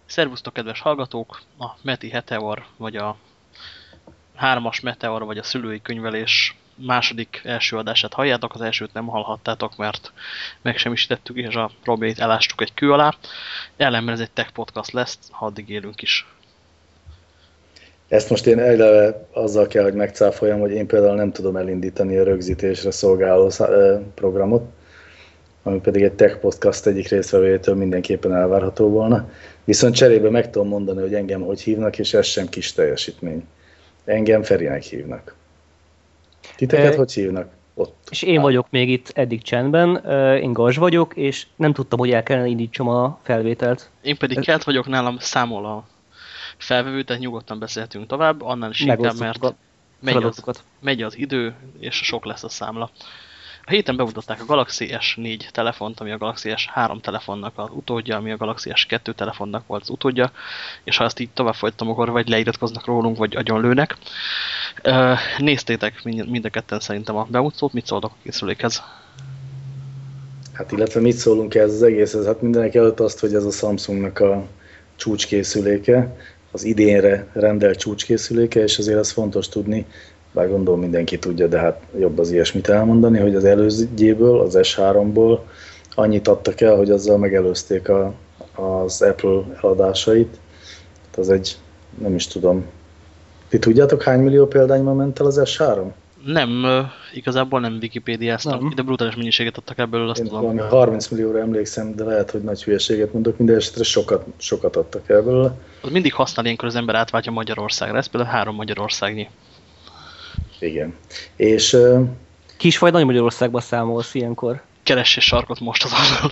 Szervusztok, kedves hallgatók! A Meti Heteor, vagy a 3-as Meteor, vagy a szülői könyvelés második első adását halljátok. Az elsőt nem hallhattátok, mert megsemmisítettük, és a Robét elástuk egy kő alá. Ellenben ez egy tech podcast lesz, ha addig élünk is. Ezt most én eleve azzal kell, hogy megcáfoljam, hogy én például nem tudom elindítani a rögzítésre szolgáló programot, ami pedig egy tech podcast egyik résztvevőjétől mindenképpen elvárható volna. Viszont cserébe meg tudom mondani, hogy engem hogy hívnak, és ez sem kis teljesítmény. Engem Ferinek hívnak. Titeket hogy hívnak? Ott. És én vagyok még itt eddig csendben, én Gazs vagyok, és nem tudtam, hogy el kellene indítsam a felvételt. Én pedig Kelt vagyok, nálam számol a felvevő, tehát nyugodtan beszélhetünk tovább, annál is inkább, mert megy az idő, és sok lesz a számla. A héten bemutatták a Galaxy S4 telefont, ami a Galaxy S3 telefonnak az utódja, ami a Galaxy S2 telefonnak volt az utódja, és ha ezt így tovább folytatom, akkor vagy leiratkoznak rólunk, vagy agyonlőnek. Néztétek mind a ketten szerintem a bemutatót, mit szóltak a készülékhez? Hát illetve mit szólunk ez az egészhez? Hát mindenek előtt azt, hogy ez a Samsungnak a csúcskészüléke, az idénre rendelt csúcskészüléke, és azért az fontos tudni, bár gondolom mindenki tudja, de hát jobb az ilyesmit elmondani, hogy az elődjéből, az S3-ból annyit adtak el, hogy azzal megelőzték az Apple eladásait. Az egy, nem is tudom. Ti tudjátok, hány millió példányban ment el az S3? Nem, igazából nem Wikipédiáztam, de brutális mennyiséget adtak ebből, azt tudom. Valami 30 millióra emlékszem, de lehet, hogy nagy hülyeséget mondok, minden esetre sokat adtak el belőle. Az mindig használ ilyenkor az ember átváltja Magyarországra, ez például 3 Magyarországnyi. Igen. És... Kis vagy Nagy Magyarországban számolsz ilyenkor? Keressés sarkot most azonnal.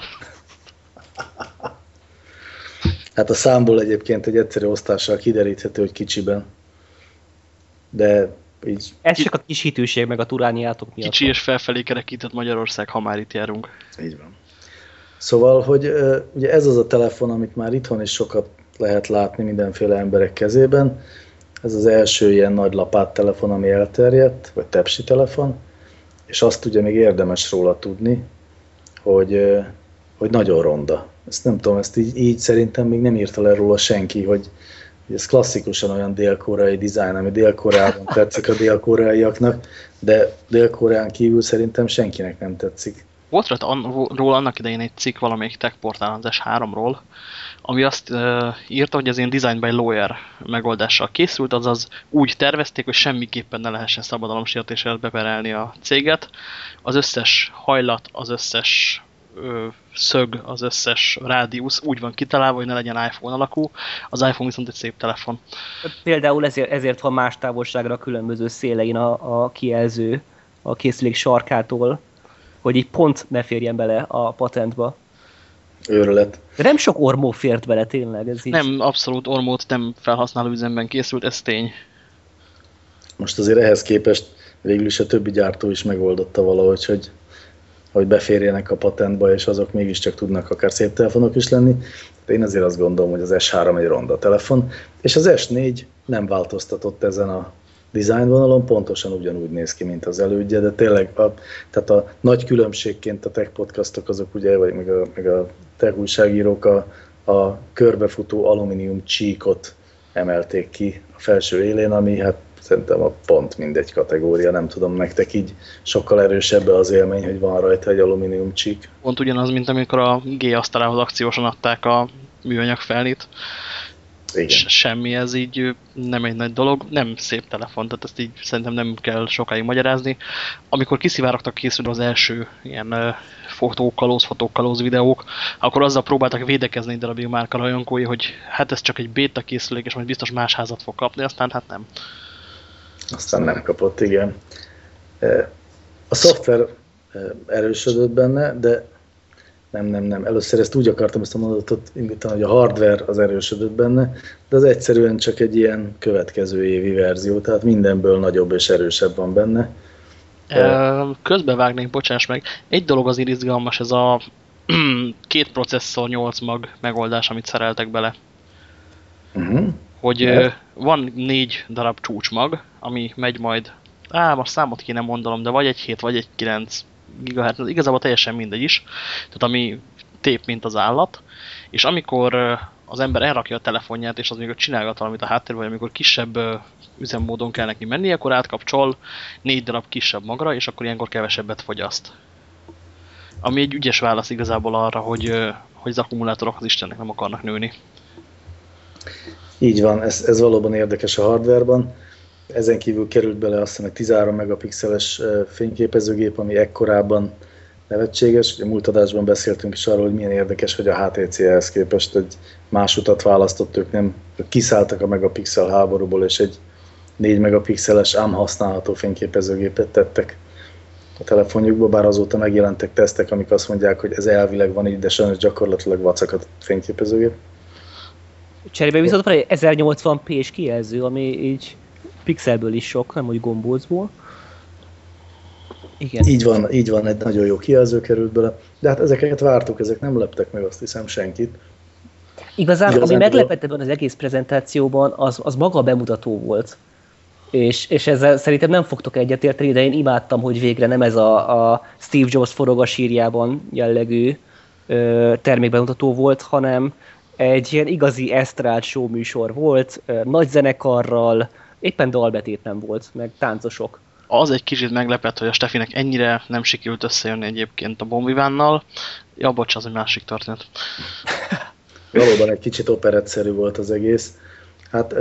Hát a számból egyébként egy egyszerű osztással kideríthető, hogy kicsiben. De így... Ez csak a kis hitűség meg a turányi átok miatt. Kicsi és felfelé kerekített Magyarország, ha már itt járunk. Így van. Szóval, hogy ugye ez az a telefon, amit már itthon is sokat lehet látni mindenféle emberek kezében. Ez az első ilyen nagy lapát telefon, ami elterjedt, vagy tepsi telefon, és azt ugye még érdemes róla tudni, hogy nagyon ronda. Ezt nem tudom, ezt így szerintem még nem írta le róla senki, hogy ez klasszikusan olyan dél-koreai dizájn, ami Dél-Koreában tetszik a dél-koreaiaknak, de Dél-Koreán kívül szerintem senkinek nem tetszik. Volt róla annak idején egy cikk valamelyik tech portálon az S3-ról, ami azt írta, hogy ez ilyen design by lawyer megoldással készült, azaz úgy tervezték, hogy semmiképpen ne lehessen szabadalomsértéssel beperelni a céget. Az összes hajlat, az összes szög, az összes rádiusz úgy van kitalálva, hogy ne legyen iPhone alakú, az iPhone viszont egy szép telefon. Például ezért van más távolságra a különböző szélein a kijelző a készülék sarkától, hogy így pont ne férjen bele a patentba. Őrület. De nem sok ormó fért bele tényleg. Ez így... Nem, abszolút ormót nem felhasználó üzemben készült, ez tény. Most azért ehhez képest végül is a többi gyártó is megoldotta valahogy, hogy beférjenek a patentba, és azok mégiscsak tudnak akár szép telefonok is lenni. De én azért azt gondolom, hogy az S3 egy ronda telefon, és az S4 nem változtatott ezen a design vonalon, pontosan ugyanúgy néz ki, mint az elődje, de tényleg tehát a nagy különbségként a tech podcastok azok ugye, vagy meg a tech újságírók a körbefutó alumínium csíkot emelték ki a felső élén, ami hát szerintem a pont mindegy kategória, nem tudom, nektek így sokkal erősebb az élmény, hogy van rajta egy alumínium csík. Pont ugyanaz, mint amikor a G-asztalához akciósan adták a műanyag felét. Igen. Semmi, ez így nem egy nagy dolog, nem szép telefon, tehát ezt így szerintem nem kell sokáig magyarázni. Amikor kiszivárogtak készülni az első ilyen fotókalóz videók, akkor azzal próbáltak védekezni egy darabig márka rajongói, hogy hát ez csak egy béta készülék, és majd biztos más házat fog kapni, aztán hát nem. Aztán nem kapott, igen. A szoftver erősödött benne, de nem. Először ezt úgy akartam ezt a mondatot indítani, hogy a hardware az erősödött benne, de az egyszerűen csak egy ilyen következő évi verzió, tehát mindenből nagyobb és erősebb van benne. Közbevágnék, bocsáss meg. Egy dolog azért izgalmas, ez a 2 processzor 8 mag megoldás, amit szereltek bele. Hogy van 4 darab csúcsmag, ami megy majd, most számot kéne mondanom, de vagy egy 7, vagy egy 9 GHz, igazából teljesen mindegy is, tehát ami tép, mint az állat, és amikor az ember elrakja a telefonját, és az még csinálgat valamit a háttérben, vagy amikor kisebb üzemmódon kell neki menni, akkor átkapcsol 4 darab kisebb magra, és akkor ilyenkor kevesebbet fogyaszt. Ami egy ügyes válasz igazából arra, hogy az akkumulátorok az Istennek nem akarnak nőni. Így van, ez valóban érdekes a hardware-ban. Ezen kívül került bele azt hiszem egy 13 megapixeles fényképezőgép, ami ekkorában nevetséges. A múlt adásban beszéltünk is arról, hogy milyen érdekes, hogy a HTC-hez képest egy más utat választott, ők nem kiszálltak a megapixel háborúból, és egy 4 megapixeles, ám használható fényképezőgépet tettek a telefonjukba, bár azóta megjelentek tesztek, amik azt mondják, hogy ez elvileg van így, de sajnos gyakorlatilag vacakat fényképezőgép. Cserébe viszont van egy 1080p-s kijelző, ami így pixelből is sok, nem úgy gombócból. Igen. Így van, egy nagyon jó kijelző került bele, de hát ezeket vártuk, ezek nem leptek meg, azt hiszem, senkit. Igazán ami meglepett ebben az egész prezentációban, az maga a bemutató volt. És ezzel szerintem nem fogtok egyetérteni, de én imádtam, hogy végre nem ez a Steve Jobs forog a sírjában jellegű termékbemutató volt, hanem egy ilyen igazi esztrált show műsor volt, nagy zenekarral, éppen dalbetét nem volt, meg táncosok. Az egy kicsit meglepett, hogy a Stefinek ennyire nem sikerült összejönni egyébként a Bon Vivánnal. Ja, bocs, az egy másik történet. Valóban egy kicsit operettszerű volt az egész. Hát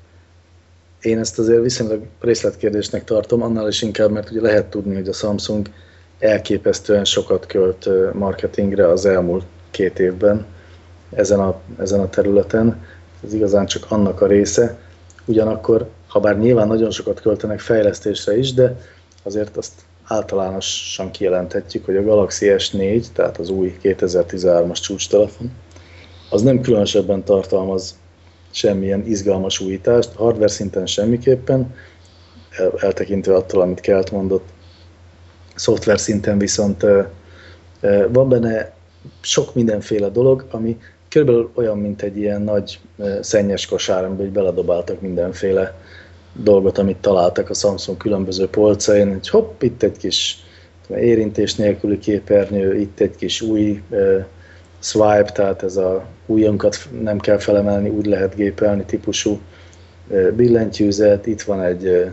én ezt azért viszonylag részletkérdésnek tartom, annál is inkább, mert ugye lehet tudni, hogy a Samsung elképesztően sokat költ marketingre az elmúlt 2 évben ezen a területen. Ez igazán csak annak a része. Ugyanakkor, ha bár nyilván nagyon sokat költenek fejlesztésre is, de azért azt általánosan kijelenthetjük, hogy a Galaxy S4, tehát az új 2013-as csúcstelefon, az nem különösebben tartalmaz semmilyen izgalmas újítást, hardware szinten semmiképpen, eltekintve attól, amit Kelt mondott. Szoftver szinten viszont van benne sok mindenféle dolog, ami körülbelül olyan, mint egy ilyen nagy szennyes kosár, amiben beledobáltak mindenféle dolgot, amit találtak a Samsung különböző polcain, hogy hopp, itt egy kis érintés nélküli képernyő, itt egy kis új swipe, tehát ez a ujjunkat nem kell felemelni, úgy lehet gépelni típusú billentyűzet, itt van egy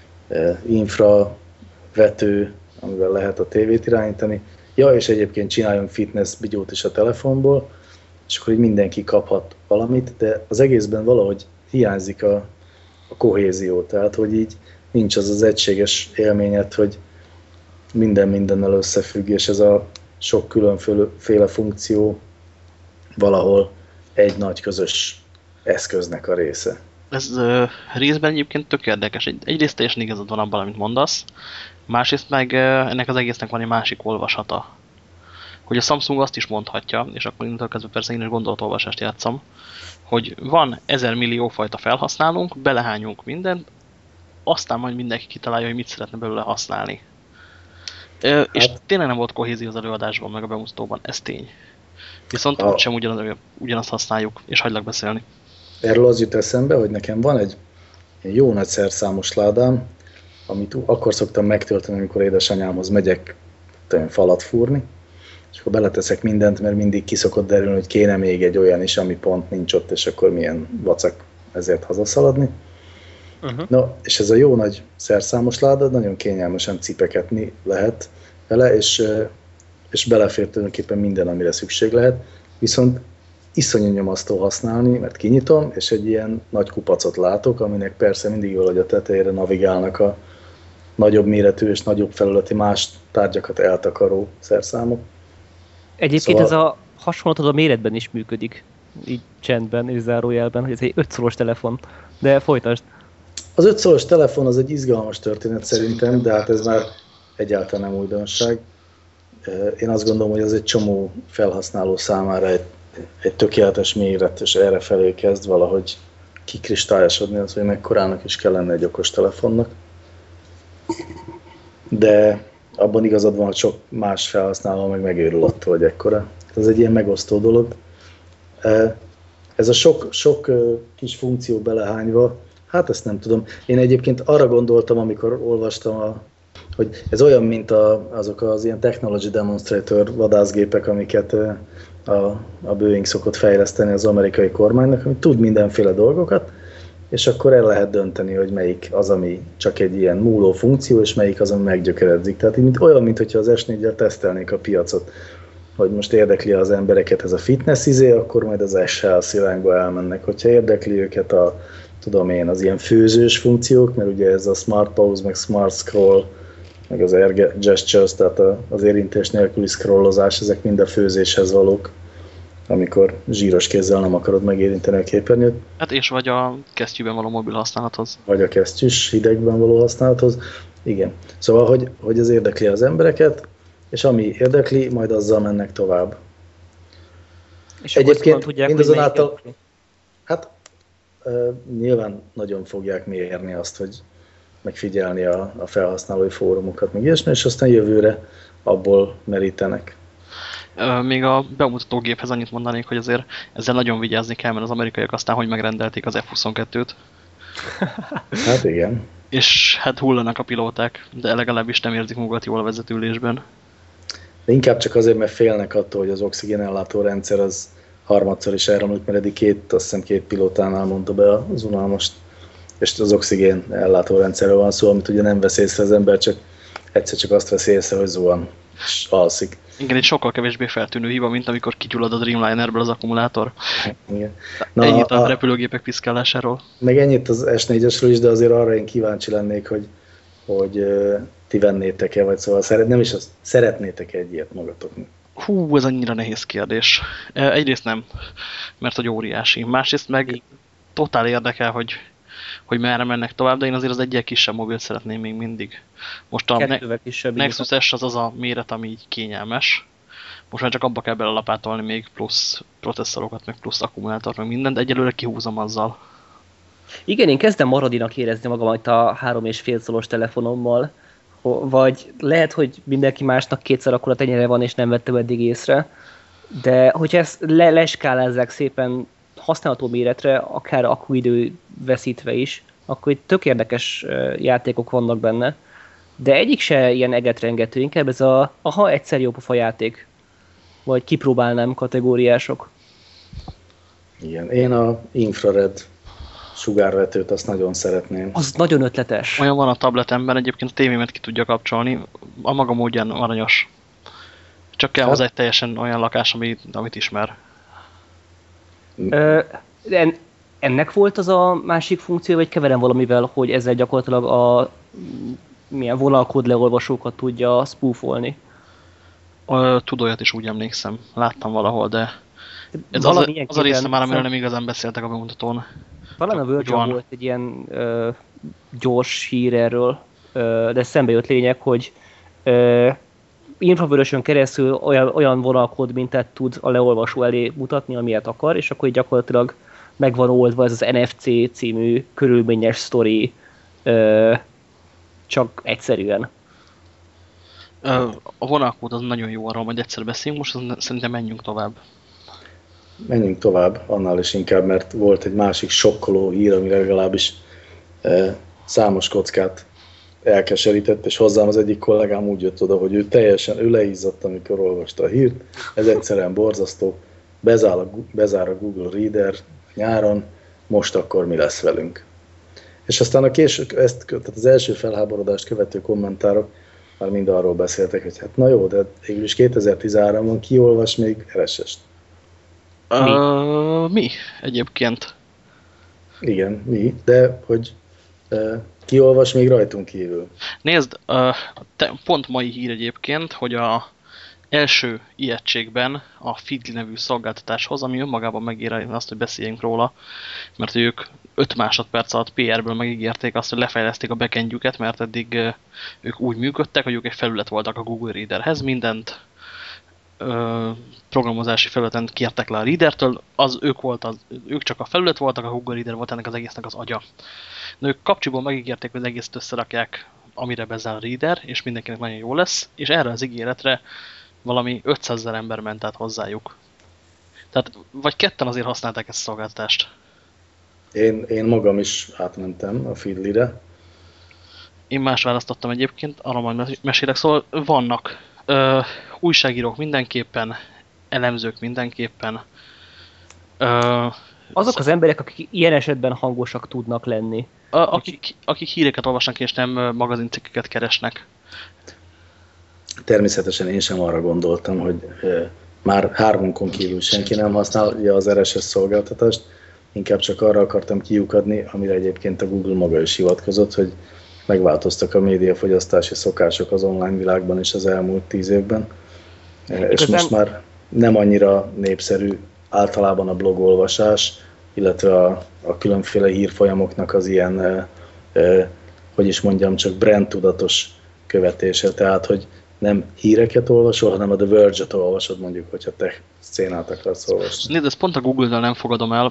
infravető, amivel lehet a tévét irányítani. Ja, és egyébként csináljon fitness bigyót is a telefonból, és akkor így mindenki kaphat valamit, de az egészben valahogy hiányzik a kohézió, tehát hogy így nincs az egységes élményed, hogy minden mindennel összefügg, és ez a sok különféle funkció valahol egy nagy közös eszköznek a része. Ez részben egyébként tök érdekes. Egyrészt teljesen igazad van abban, amit mondasz, másrészt meg ennek az egésznek van egy másik olvasata. Hogy a Samsung azt is mondhatja, és akkor innentől kezdve persze én is gondolatolvasást játszom, hogy van 1000 millió fajta felhasználónk, belehányunk mindent, aztán majd mindenki kitalálja, hogy mit szeretne belőle használni. És tényleg nem volt kohézió az előadásban, meg a bemutatóban, ez tény. Viszont ott sem ugyanazt használjuk, és hagylak beszélni. Erről az jut eszembe, hogy nekem van egy jó nagy szerszámos ládám, amit akkor szoktam megtölteni, amikor édesanyámhoz megyek falat fúrni, és akkor beleteszek mindent, mert mindig ki szokott derülni, hogy kéne még egy olyan is, ami pont nincs ott, és akkor milyen vacak ezért hazaszaladni. No, és ez a jó nagy szerszámos láda nagyon kényelmesen cipeketni lehet vele, és belefér tulajdonképpen minden, amire szükség lehet, viszont iszonyú nyomasztó használni, mert kinyitom, és egy ilyen nagy kupacot látok, aminek persze mindig valahogy a tetejére navigálnak a nagyobb méretű és nagyobb felületi más tárgyakat eltakaró szerszámok. Egyébként szóval ez a hasonlatod a méretben is működik, így csendben és zárójelben, hogy ez egy 5-szoros telefon, de folytasd. Az 5-szoros telefon az egy izgalmas történet szerintem, de hát ez már egyáltalán nem újdonság. Én azt gondolom, hogy ez egy csomó felhasználó számára egy tökéletes méret, és errefelé kezd valahogy kikristályosodni az, hogy mekkorának is kell lenni egy okos telefonnak. De abban igazad van, hogy sok más felhasználó meg megőrül attól, hogy ekkora. Ez egy ilyen megosztó dolog. Ez a sok kis funkció belehányva, hát ezt nem tudom. Én egyébként arra gondoltam, amikor olvastam, hogy ez olyan, mint azok az ilyen technology demonstrator vadászgépek, amiket a Boeing szokott fejleszteni az amerikai kormánynak, ami tud mindenféle dolgokat, és akkor el lehet dönteni, hogy melyik az, ami csak egy ilyen múló funkció, és melyik az, ami meggyökeredzik. Tehát olyan, mintha az S4-jel tesztelnék a piacot, hogy most érdekli az embereket ez a fitness akkor majd az S-health irányba elmennek. Hogyha érdekli őket az ilyen főzős funkciók, mert ugye ez a Smart Pause, meg Smart Scroll, meg az Air Gestures, tehát az érintés nélküli scrollozás, ezek mind a főzéshez valók, amikor zsíros kézzel nem akarod megérinteni a képernyőt. Hát és vagy a kesztyűben való mobil használathoz. Vagy a kesztyűs hidegben való használathoz. Igen. Szóval, hogy ez érdekli az embereket, és ami érdekli, majd azzal mennek tovább. És egyébként mindazonáltal, hát nyilván nagyon fogják mérni azt, hogy megfigyelni a felhasználói fórumokat, meg ilyesmi, és aztán jövőre abból merítenek. Még a bemutatógéphez annyit mondanék, hogy azért ezzel nagyon vigyázni kell, mert az amerikaiak aztán hogy megrendelték az F-22-t. Hát igen. És hát hullanak a pilóták, de legalábbis nem érzik magukat jól a vezetőülésben. De inkább csak azért, mert félnek attól, hogy az oxigénellátó rendszer az harmadszor is elromlik, mert eddig azt hiszem két pilótánál mondta be az unalmast. És az oxigén ellátó rendszerről van szó, amit ugye nem vesz észre az ember, csak egyszer csak azt vesz észre, hogy zuhan, és alszik. Igen, egy sokkal kevésbé feltűnő hiba, mint amikor kigyullad a Dreamlinerből az akkumulátor. Igen. Ennyit a repülőgépek piszkálásáról. Meg ennyit az S4-esről is, de azért arra én kíváncsi lennék, hogy ti vennétek-e, vagy szóval nem is azt, szeretnétek-e egy ilyet magatoknak? Hú, ez annyira nehéz kérdés. Egyrészt nem, mert hogy óriási. Másrészt meg totál érdekel, hogy merre mennek tovább, de én azért az egyel kisebb mobilt szeretném még mindig. Most a Nexus S az a méret, ami így kényelmes. Most már csak abba kell belelapátolni még plusz processzorokat, meg plusz akkumulátort, meg mindent. Egyelőre kihúzom azzal. Igen, én kezdem maradinak érezni magam itt a 3,5 szolos telefonommal. Vagy lehet, hogy mindenki másnak kétszer akkora tenyere van, és nem vettem eddig észre. De hogyha ezt leskálázzák szépen használható méretre, akár akkuidő veszítve is, akkor itt tök érdekes játékok vannak benne. De egyik se ilyen egetrengető, inkább ez egyszer jó pofa játék. Vagy kipróbálnám kategóriások. Igen, én a infrared sugárvetőt azt nagyon szeretném. Az nagyon ötletes. Olyan van a tabletemben, egyébként a tévémet ki tudja kapcsolni, a maga módján aranyos. Csak kell hozzá egy teljesen olyan lakás, amit ismer. Ennek volt az a másik funkció, vagy keverem valamivel, hogy ezzel gyakorlatilag a milyen vonalkód leolvasókat tudja spoofolni? Tud olyat is, úgy emlékszem. Láttam valahol, de ez az a része már, amiről nem igazán beszéltek a bemutatón. Talán a Virgin volt egy ilyen gyors hír erről, de szembe jött lényeg, hogy infravörösön keresztül olyan vonalkód mintát tud a leolvasó elé mutatni, amilyet akar, és akkor gyakorlatilag meg van oldva ez az NFC című körülményes sztori, csak egyszerűen. A vonalkód az nagyon jó, arról majd egyszer beszélünk, most szerintem menjünk tovább. Menjünk tovább, annál is inkább, mert volt egy másik sokkoló hír, ami legalábbis számos kockát elkeserített, és hozzám az egyik kollégám úgy jött oda, hogy ő leizzadt, amikor olvasta a hírt. Ez egyszerűen borzasztó. Bezár a Google Reader nyáron, most akkor mi lesz velünk. És aztán tehát az első felháborodást követő kommentárok már mind arról beszéltek, hogy hát na jó, de végülis 2013-ban ki olvas még RSS-t? Mi egyébként? Igen, mi, de hogy ki olvas még rajtunk kívül? Nézd, pont mai hír egyébként, hogy a első ijegységben a Feedly nevű szolgáltatáshoz, ami önmagában megír azt, hogy beszéljünk róla, mert ők 5 másodperc alatt PR-ből megígérték azt, hogy lefejleszték a backendjüket, mert eddig ők úgy működtek, hogy ők egy felület voltak a Google Readerhez, mindent programozási felületen kértek le a Readertől, ők csak a felület voltak, a Google Reader volt ennek az egésznek az agya. De ők kapcsiból megígérték, hogy az egészet összerakják, amire bezáll a Reader, és mindenkinek nagyon jó lesz, és erre az ígéretre valami 500 000 ember ment át hozzájuk. Tehát vagy ketten azért használták ezt a szolgáltatást. Én magam is átmentem a Feedly-re. Én más választottam egyébként, arra majd mesélek, szóval vannak újságírók mindenképpen, elemzők mindenképpen. Azok az emberek, akik ilyen esetben hangosak tudnak lenni. Akik híreket olvasnak és nem magazincikkeket keresnek. Természetesen én sem arra gondoltam, hogy már 3-on kívül senki nem használja az RSS szolgáltatást, inkább csak arra akartam kiukadni, amire egyébként a Google maga is hivatkozott, hogy megváltoztak a médiafogyasztási szokások az online világban is az elmúlt 10 évben, és most már nem annyira népszerű általában a blogolvasás, illetve a különféle hírfolyamoknak az ilyen, hogy is mondjam, csak brandtudatos követése, tehát hogy nem híreket olvasol, hanem a The Verge-et olvasod, mondjuk, hogyha te szcénát akarsz olvasni. Nézd, ezt pont a Google-nál nem fogadom el,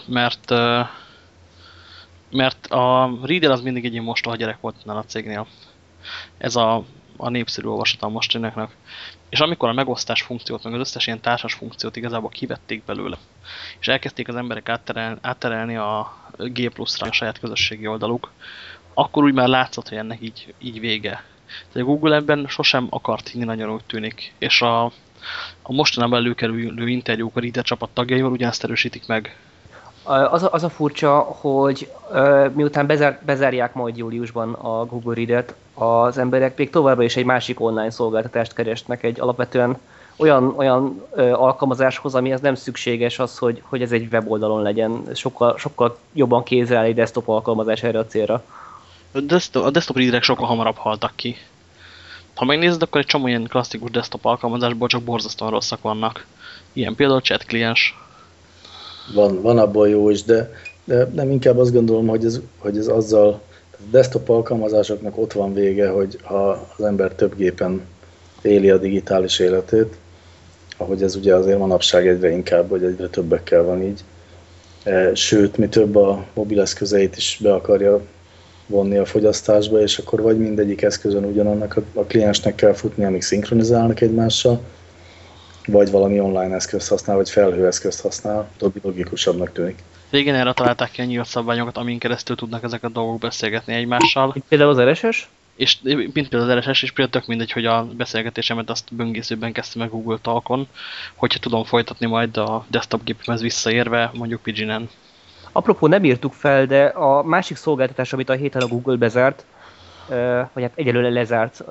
mert a Reader az mindig egy ilyen mostoha gyerek volt nál a cégnél. Ez a népszerű olvasata a mostanineknek. És amikor a megosztás funkciót, meg az összes ilyen társas funkciót igazából kivették belőle, és elkezdték az emberek átterelni a G Plus-ra a saját közösségi oldaluk, akkor úgy már látszott, hogy ennek így vége. Tehát a Google ebben sosem akart hinni, nagyon úgy tűnik. És a mostanában előkerülő interjúk a Reader csapat tagjaival ugyanezt erősítik meg. Az a furcsa, hogy miután bezárják majd júliusban a Google Reader-t, az emberek még továbbra is egy másik online szolgáltatást keresnek, egy alapvetően olyan alkalmazáshoz, amihez nem szükséges az, hogy ez egy weboldalon legyen. Sokkal jobban kézzel áll egy desktop alkalmazás erre a célra. A desktop readerek sokkal hamarabb haltak ki. Ha megnézed, akkor egy csomó ilyen klasszikus desktop alkalmazásból csak borzasztóan rosszak vannak. Ilyen például chat kliens. Van abból jó is, de nem, inkább azt gondolom, hogy ez azzal, a desktop alkalmazásoknak ott van vége, hogy ha az ember több gépen éli a digitális életét, ahogy ez ugye azért manapság egyre inkább, vagy egyre többekkel van így. Sőt, mi több a mobileszközeit is be akarja vonni a fogyasztásba, és akkor vagy mindegyik eszközön ugyanannak a kliensnek kell futni, amíg szinkronizálnak egymással, vagy valami online eszközt használ, vagy felhőeszközt használ, logikusabbnak tűnik. Régen erre találták ki a nyílt szabványokat, amin keresztül tudnak ezek a dolgok beszélgetni egymással. Mint például az RSS? És mint például az RSS, és például tök mindegy, hogy a beszélgetésemet azt böngészőben kezdtem meg Google Talkon, hogyha tudom folytatni majd a desktop gépemhez visszaérve, mondjuk Pidginen. Apropó, nem írtuk fel, de a másik szolgáltatás, amit a héten a Google bezárt, vagy hát egyelőre lezárt,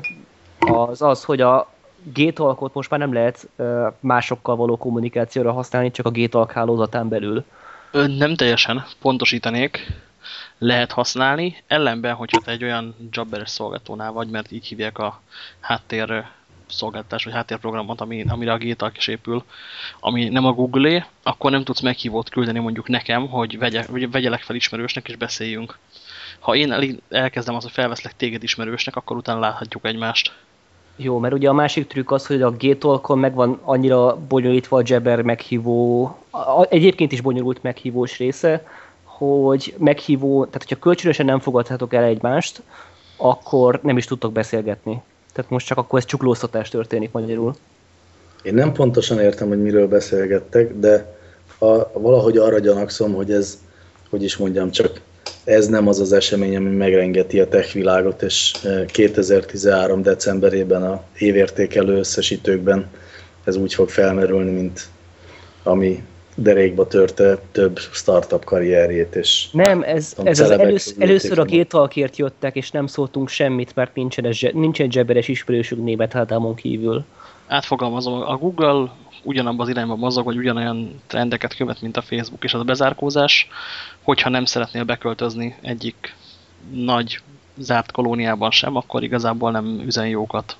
az, hogy a G-Talkot most már nem lehet másokkal való kommunikációra használni, csak a G-Talk hálózatán belül. Nem teljesen, pontosítanék, lehet használni, ellenben, hogyha te egy olyan jobberes szolgáltatónál vagy, mert így hívják a háttér szolgáltatás, vagy háttérprogramot, amire a G-Talk is épül, ami nem a Google-é, akkor nem tudsz meghívót küldeni mondjuk nekem, hogy vegyelek fel ismerősnek és beszéljünk. Ha én elkezdem azt, hogy felveszlek téged ismerősnek, akkor utána láthatjuk egymást. Jó, mert ugye a másik trükk az, hogy a G-Talkon meg van annyira bonyolítva a Jabber meghívó, egyébként is bonyolult meghívós része, hogy meghívó, tehát hogyha kölcsönösen nem fogadhatok el egymást, akkor nem is tudtok beszélgetni. Tehát most csak akkor ez csuklóztatás történik magyarul. Én nem pontosan értem, hogy miről beszélgettek, de valahogy arra gyanakszom, hogy ez, hogy is mondjam, csak ez nem az az esemény, ami megrengeti a tech világot, és 2013. decemberében a évértékelő összesítőkben ez úgy fog felmerülni, mint ami derékba törte több startup karrierjét. És nem, ez az először a G-Talkért jöttek, és nem szóltunk semmit, mert nincsen zseberes ismerősünk német hátámon kívül. Átfogalmazom, a Google ugyanabban az irányban mozog, vagy ugyanolyan trendeket követ, mint a Facebook és az a bezárkózás, hogyha nem szeretnél beköltözni egyik nagy zárt kolóniában sem, akkor igazából nem üzen jókat.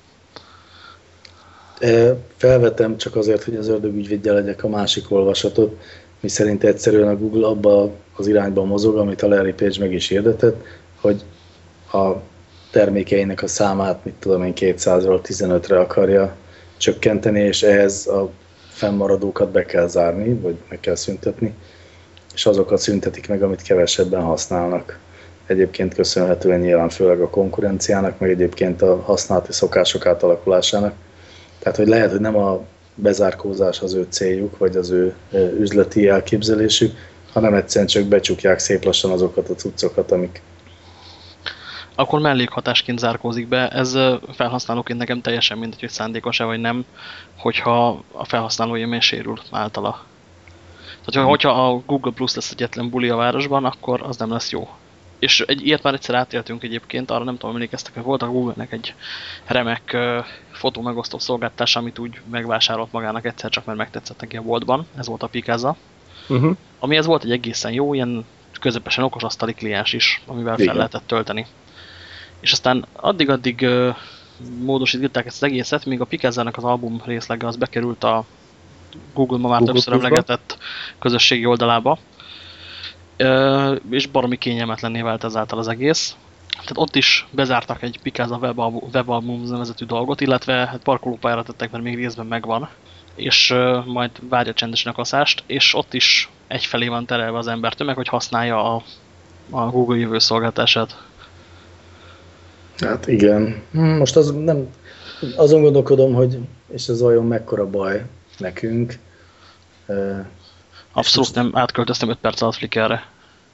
Felvetem csak azért, hogy az ördögügyvédje legyek a másik olvasatot, mi szerint egyszerűen a Google abba az irányba mozog, amit a Larry Page meg is hirdetett, hogy a termékeinek a számát, mit tudom én, 200-ról 15-re akarja csökkenteni, és ehhez a fennmaradókat be kell zárni, vagy meg kell szüntetni, és azokat szüntetik meg, amit kevesebben használnak. Egyébként köszönhetően nyilván főleg a konkurenciának, meg egyébként a használati szokások átalakulásának. Tehát, hogy lehet, hogy nem a bezárkózás az ő céljuk, vagy az ő üzleti elképzelésük, hanem egyszerűen csak becsukják szép lassan azokat a cuccokat, amik akkor mellékhatásként zárkózik be. Ez felhasználóként nekem teljesen mindegy, hogy szándékos-e vagy nem, hogyha a felhasználó élmény sérül általa. Tehát, hogyha a Google Plus lesz egyetlen buli a városban, akkor az nem lesz jó. És ilyet már egyszer átéltünk egyébként, arra nem tudom, emlékeztek, hogy volt a Google-nek egy remek fotómegosztó szolgáltatása, amit úgy megvásárolt magának egyszer csak, mert megtetszett neki a boltban. Ez volt a Picasa. Amihez volt egy egészen jó, ilyen közepesen okos asztali kliens is, amivel fel lehetett tölteni. És aztán addig-addig módosították ezt az egészet, míg a Picasa-nak az album részlege az bekerült a Google ma már többször emlegetett közösségi oldalába, és baromi kényelmetlenné vált ezáltal az egész. Tehát ott is bezártak egy Picasa webalbum nevezetű dolgot, illetve hát parkolópályára tettek, mert még részben megvan, és majd várja csendesen a kaszást, és ott is egyfelé van terelve az embertömeg, hogy használja a Google jövő szolgáltatását. Hát igen. Most azon gondolkodom, hogy és ez olyan mekkora baj nekünk. Abszolút nem, átköltöztem 5 perc alatt Flickrre.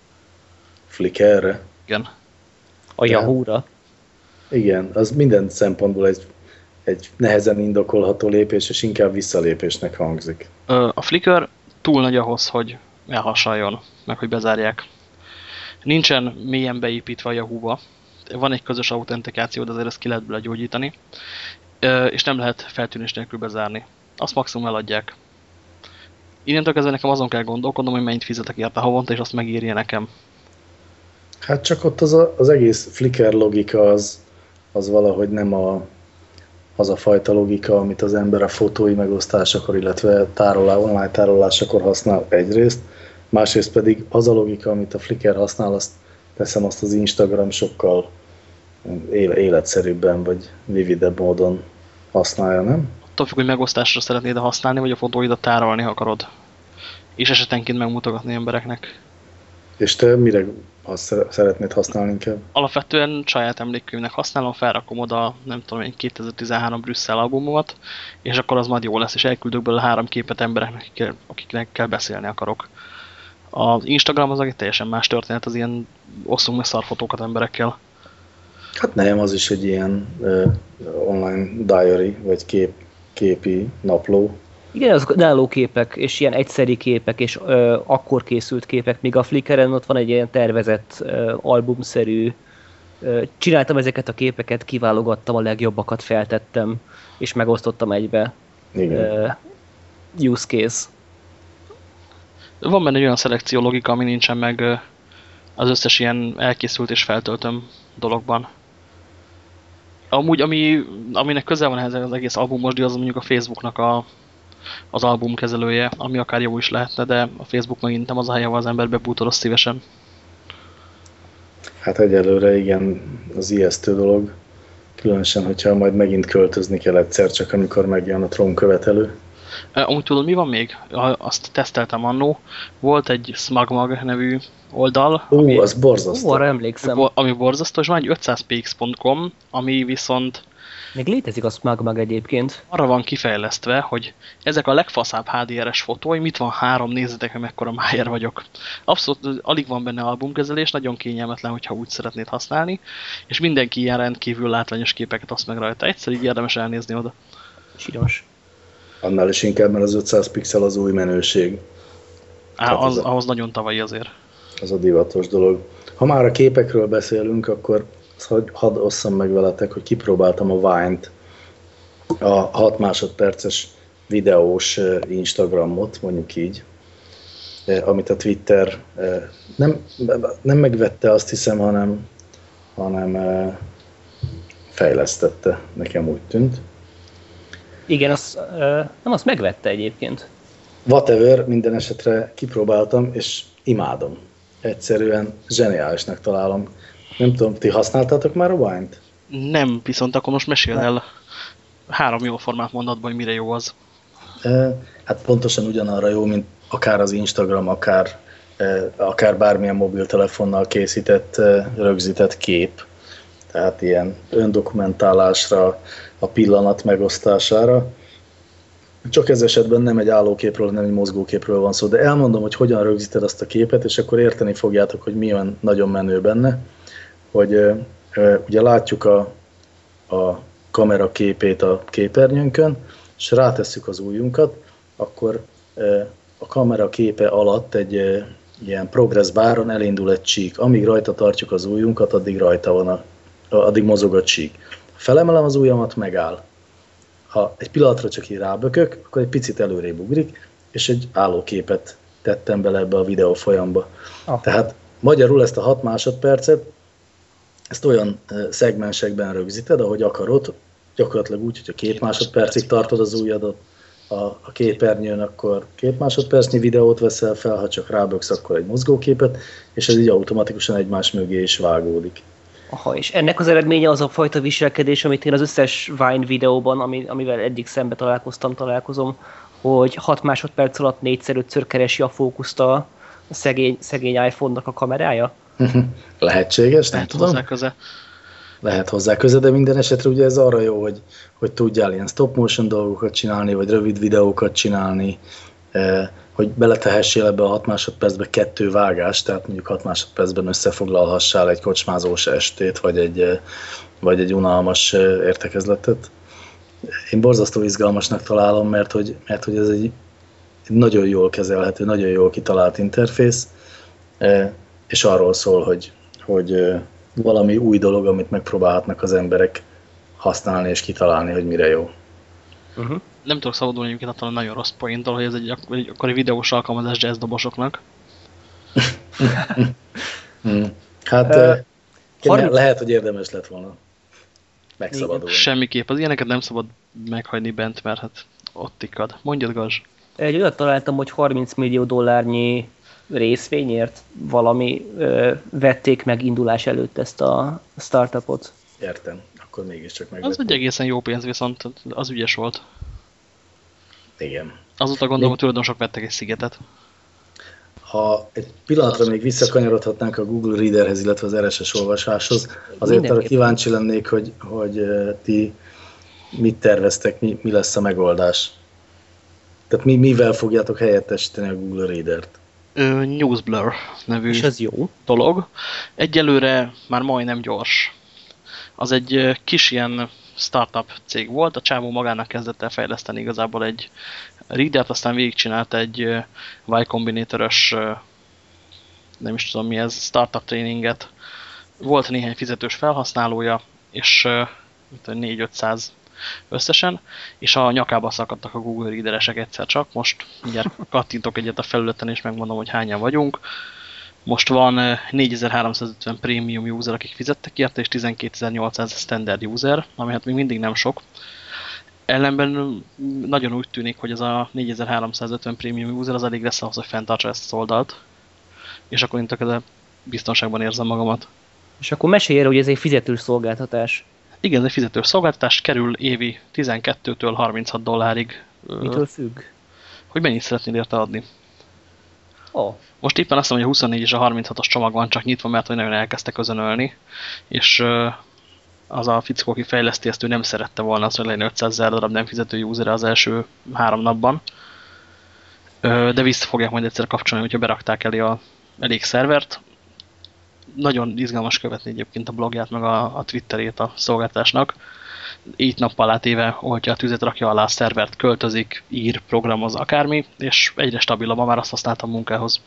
Flickrre? Igen. A Yahoo-ra? Igen, az minden szempontból egy nehezen indokolható lépés, és inkább visszalépésnek hangzik. A Flickr túl nagy ahhoz, hogy elhassaljon, meg hogy bezárják. Nincsen mélyen beépítve a Yahoo-ba. Van egy közös autentikáció, de azért ezt ki lehet bele gyógyítani. És nem lehet feltűnés nélkül bezárni. Azt maximum eladják. Innentől kezdve nekem azon kell gondolkodnom, hogy mennyit fizetek érte havonta, és azt megírja nekem. Hát csak ott az egész Flickr logika az valahogy nem az a fajta logika, amit az ember a fotói megosztásakor, illetve online tárolásakor használ egyrészt, másrészt pedig az a logika, amit a Flickr használ, azt az Instagram sokkal életszerűbben vagy vividebb módon használja, nem? Attól függ, hogy megosztásra szeretnéd használni, vagy a fotóidat tárolni akarod. És esetenként megmutogatni embereknek. És te mire szeretnéd használni inkább? Alapvetően saját emlékkönyvnek használom, felrakom oda, nem tudom én, 2013 Brüsszel albumomat, és akkor az majd jó lesz, és elküldök belőle 3 képet embereknek, akiknek beszélni akarok. Az Instagram az egy teljesen más történet, az ilyen osszunk meg szarfotókat emberekkel. Hát nem, az is egy ilyen online diary, vagy képi napló. Igen, azok önálló képek, és ilyen egyszeri képek, és akkor készült képek, míg a Flickren ott van egy ilyen tervezett albumszerű. Csináltam ezeket a képeket, kiválogattam a legjobbakat, feltettem, és megosztottam egybe. Igen. Use case. Van benne egy olyan szelekció logika, ami nincsen meg az összes ilyen elkészült és feltöltöm dologban. Amúgy, aminek közel van ehhez az egész albumosdi, az mondjuk a Facebooknak az albumkezelője, ami akár jó is lehetne, de a Facebook megint nem az a helye, ahol az ember bebútoroz szívesen. Hát egyelőre igen, az ijesztő dolog. Különösen, hogyha majd megint költözni kell egyszer, csak amikor megjön a trónkövetelő. Amúgy tudod, mi van még? Azt teszteltem annó. Volt egy SmugMug nevű oldal. Az borzasztó. Arra emlékszem. Ami borzasztó, és van egy 500px.com, ami viszont... Még létezik a SmugMug egyébként. Arra van kifejlesztve, hogy ezek a legfaszább HDR-es fotóim, mit van 3, nézzetek, hogy mekkora májer vagyok. Abszolút alig van benne albumkezelés, nagyon kényelmetlen, hogyha úgy szeretnéd használni, és mindenki ilyen rendkívül látványos képeket osz meg rajta. Egyszer így érdemes elnézni oda. Csinos. Annál is inkább, mert az 500 pixel az új menőség. Ahhoz nagyon tavalyi azért. Az a divatos dolog. Ha már a képekről beszélünk, akkor hadd osszam meg veletek, hogy kipróbáltam a Vine-t, a 6 másodperces videós Instagramot, mondjuk így, amit a Twitter nem megvette, azt hiszem, hanem fejlesztette, nekem úgy tűnt. Igen, nem azt megvette egyébként. Whatever, minden esetre kipróbáltam, és imádom. Egyszerűen zseniálisnak találom. Nem tudom, ti használtátok már a Vine-t? Nem, viszont akkor most meséld el 3 jó formát mondatban, hogy mire jó az. Hát pontosan ugyanarra jó, mint akár az Instagram, akár bármilyen mobiltelefonnal készített, rögzített kép. Tehát ilyen öndokumentálásra, a pillanat megosztására. Csak ez esetben nem egy állóképről, nem egy mozgóképről van szó, de elmondom, hogy hogyan rögzíted azt a képet, és akkor érteni fogjátok, hogy mi van nagyon menő benne, hogy ugye látjuk a kamera képét a képernyőnkön, és rátesszük az ujjunkat, akkor a kamera képe alatt egy ilyen progress báron elindul egy csík. Amíg rajta tartjuk az ujjunkat, addig rajta van addig mozog a csík. Ha felemelem az ujjamat, megáll. Ha egy pillanatra csak így rábökök, akkor egy picit előrébb ugrik, és egy állóképet tettem bele ebbe a videó folyamba. Tehát magyarul ezt a 6 másodpercet, ezt olyan szegmensekben rögzíted, ahogy akarod, gyakorlatilag úgy, hogyha 2 másodpercig tartod az ujjadat a képernyőn, akkor 2 másodpercnyi videót veszel fel, ha csak ráböksz, akkor egy mozgóképet, és ez így automatikusan egymás mögé is vágódik. Aha, és ennek az eredménye az a fajta viselkedés, amit én az összes Vine videóban, amivel eddig szembe találkozom, hogy 6 másodperc alatt 4-5-ször keresi a fókuszt a szegény iPhone-nak a kamerája? Lehetséges, nem tudom. Lehet hozzá köze, de minden esetre ugye ez arra jó, hogy tudjál ilyen stop motion dolgokat csinálni, vagy rövid videókat csinálni, hogy beletehessél ebbe a 6 másodpercbe 2 vágást, tehát mondjuk 6 másodpercben összefoglalhassál egy kocsmázós estét, vagy egy unalmas értekezletet. Én borzasztó izgalmasnak találom, mert hogy ez egy nagyon jól kezelhető, nagyon jól kitalált interfész, és arról szól, hogy valami új dolog, amit megpróbálhatnak az emberek használni és kitalálni, hogy mire jó. Nem tudok szabadulni egyébként attól a nagyon rossz pointtól, hogy ez egy akkori videós alkalmazás jazzdobosoknak. Hát lehet, hogy érdemes lett volna megszabadulni. Semmiképp. Az ilyeneket nem szabad meghagyni bent, mert hát ott tikkad. Mondjad, Gazs. Egy olyat találtam, hogy $30 millió részvényért vették meg indulás előtt ezt a startupot. Értem, akkor mégiscsak megvették. Az egy egészen jó pénz, viszont az ügyes volt. Igen. Azóta gondolom, hogy tulajdonosok vettek egy szigetet. Ha egy pillanatra még visszakanyarodhatnánk a Google Readerhez, illetve az RSS olvasáshoz, azért arra kíváncsi lennék, hogy ti mit terveztek, mi lesz a megoldás. Tehát mivel fogjátok helyettesíteni a Google Readert? Newsblur nevű és ez jó dolog. Egyelőre már majdnem gyors. Az egy kis ilyen startup cég volt, a csávó magának kezdett el fejleszteni igazából egy readert, aztán végigcsinált egy Y Combinator-ös, nem is tudom mi ez, startup tréninget. Volt néhány fizetős felhasználója, és 400-500 összesen, és a nyakába szakadtak a Google Readeresek egyszer csak. Most mindjárt kattintok egyet a felületen, és megmondom, hogy hányan vagyunk. Most van 4350 premium user, akik fizettek érte, és 12800 standard user, ami hát még mindig nem sok. Ellenben nagyon úgy tűnik, hogy ez a 4350 premium user az elég lesz ahhoz, hogy fenntartsa ezt az oldalt. És akkor én tökéletesen biztonságban érzem magamat. És akkor mesélj erre, hogy ez egy fizetős szolgáltatás. Igen, ez egy fizetős szolgáltatás, kerül évi $12-től $36. Mitől függ? Hogy mennyit szeretnél érte adni. Oh. Most éppen azt mondom, hogy a 24 és a 36-os csomag van csak nyitva, mert hogy nagyon elkezdtek özönölni, és az a fickó, aki fejleszti ezt, ő nem szerette volna azt, hogy legyen 500 000 darab nem fizető user az első 3 napban. De vissza fogják majd egyszer kapcsolni, hogyha berakták elég szervert. Nagyon izgalmas követni egyébként a blogját, meg a Twitterét a szolgáltatásnak. Így nappal átéve oltja a tüzet, rakja alá a szervert, költözik, ír, programoz, akármi, és egyre stabilabb, már azt használtam munkához.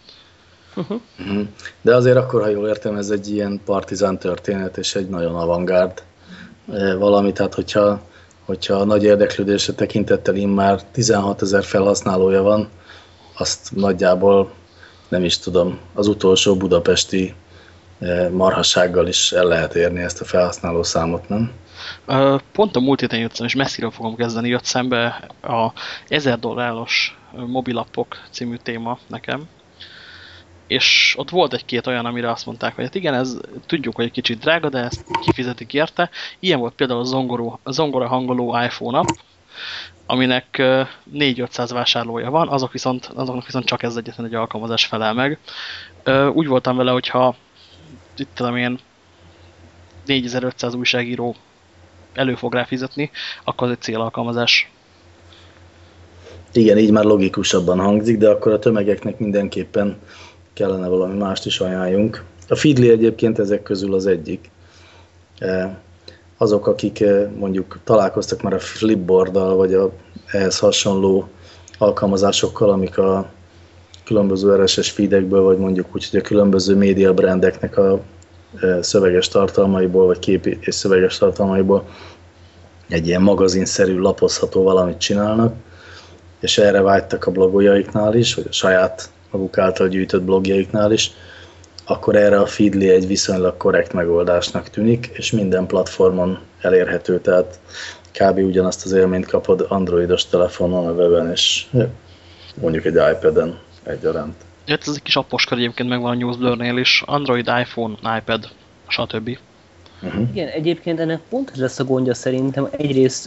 De azért akkor, ha jól értem, ez egy ilyen partizán történet, és egy nagyon avantgárd valami, tehát hogyha nagy érdeklődésre tekintettel immár 16 000 felhasználója van, azt nagyjából nem is tudom, az utolsó budapesti marhassággal is el lehet érni ezt a felhasználó számot, nem? Pont a múlt héten jöttem, és messziről fogom kezdeni, jött szembe a $1000 mobilappok című téma nekem, és ott volt egy-két olyan, amire azt mondták, hogy hát igen, ez tudjuk, hogy egy kicsit drága, de ezt kifizetik érte. Ilyen volt például a zongora hangoló iPhone-app, aminek 400-500 vásárlója van, azoknak viszont csak ez egyetlen egy alkalmazás felel meg. Úgy voltam vele, hogyha itt tudom én 4500 újságíró elő fog rá fizetni, akkor az egy célalkalmazás. Igen, így már logikusabban hangzik, de akkor a tömegeknek mindenképpen kellene valami mást is ajánljunk. A Feedly egyébként ezek közül az egyik. Azok, akik mondjuk találkoztak már a Flipboarddal, vagy ehhez hasonló alkalmazásokkal, amik a különböző RSS feedekből, vagy mondjuk úgy, hogy a különböző média brandeknek a szöveges tartalmaiból, vagy kép és szöveges tartalmaiból egy ilyen magazinszerű, lapozható valamit csinálnak, és erre vágytak a blogjaiknál is, vagy a saját maguk által gyűjtött blogjaiknál is, akkor erre a Feedly egy viszonylag korrekt megoldásnak tűnik, és minden platformon elérhető, tehát kb. Ugyanazt az élményt kapod androidos telefonon, a weben, és mondjuk egy iPad-en egyaránt. Ez egy kis apposkar egyébként megvan a Newsblur-nél is, Android, iPhone, iPad, stb. Igen, egyébként ennek pont ez lesz a gondja szerintem. Egyrészt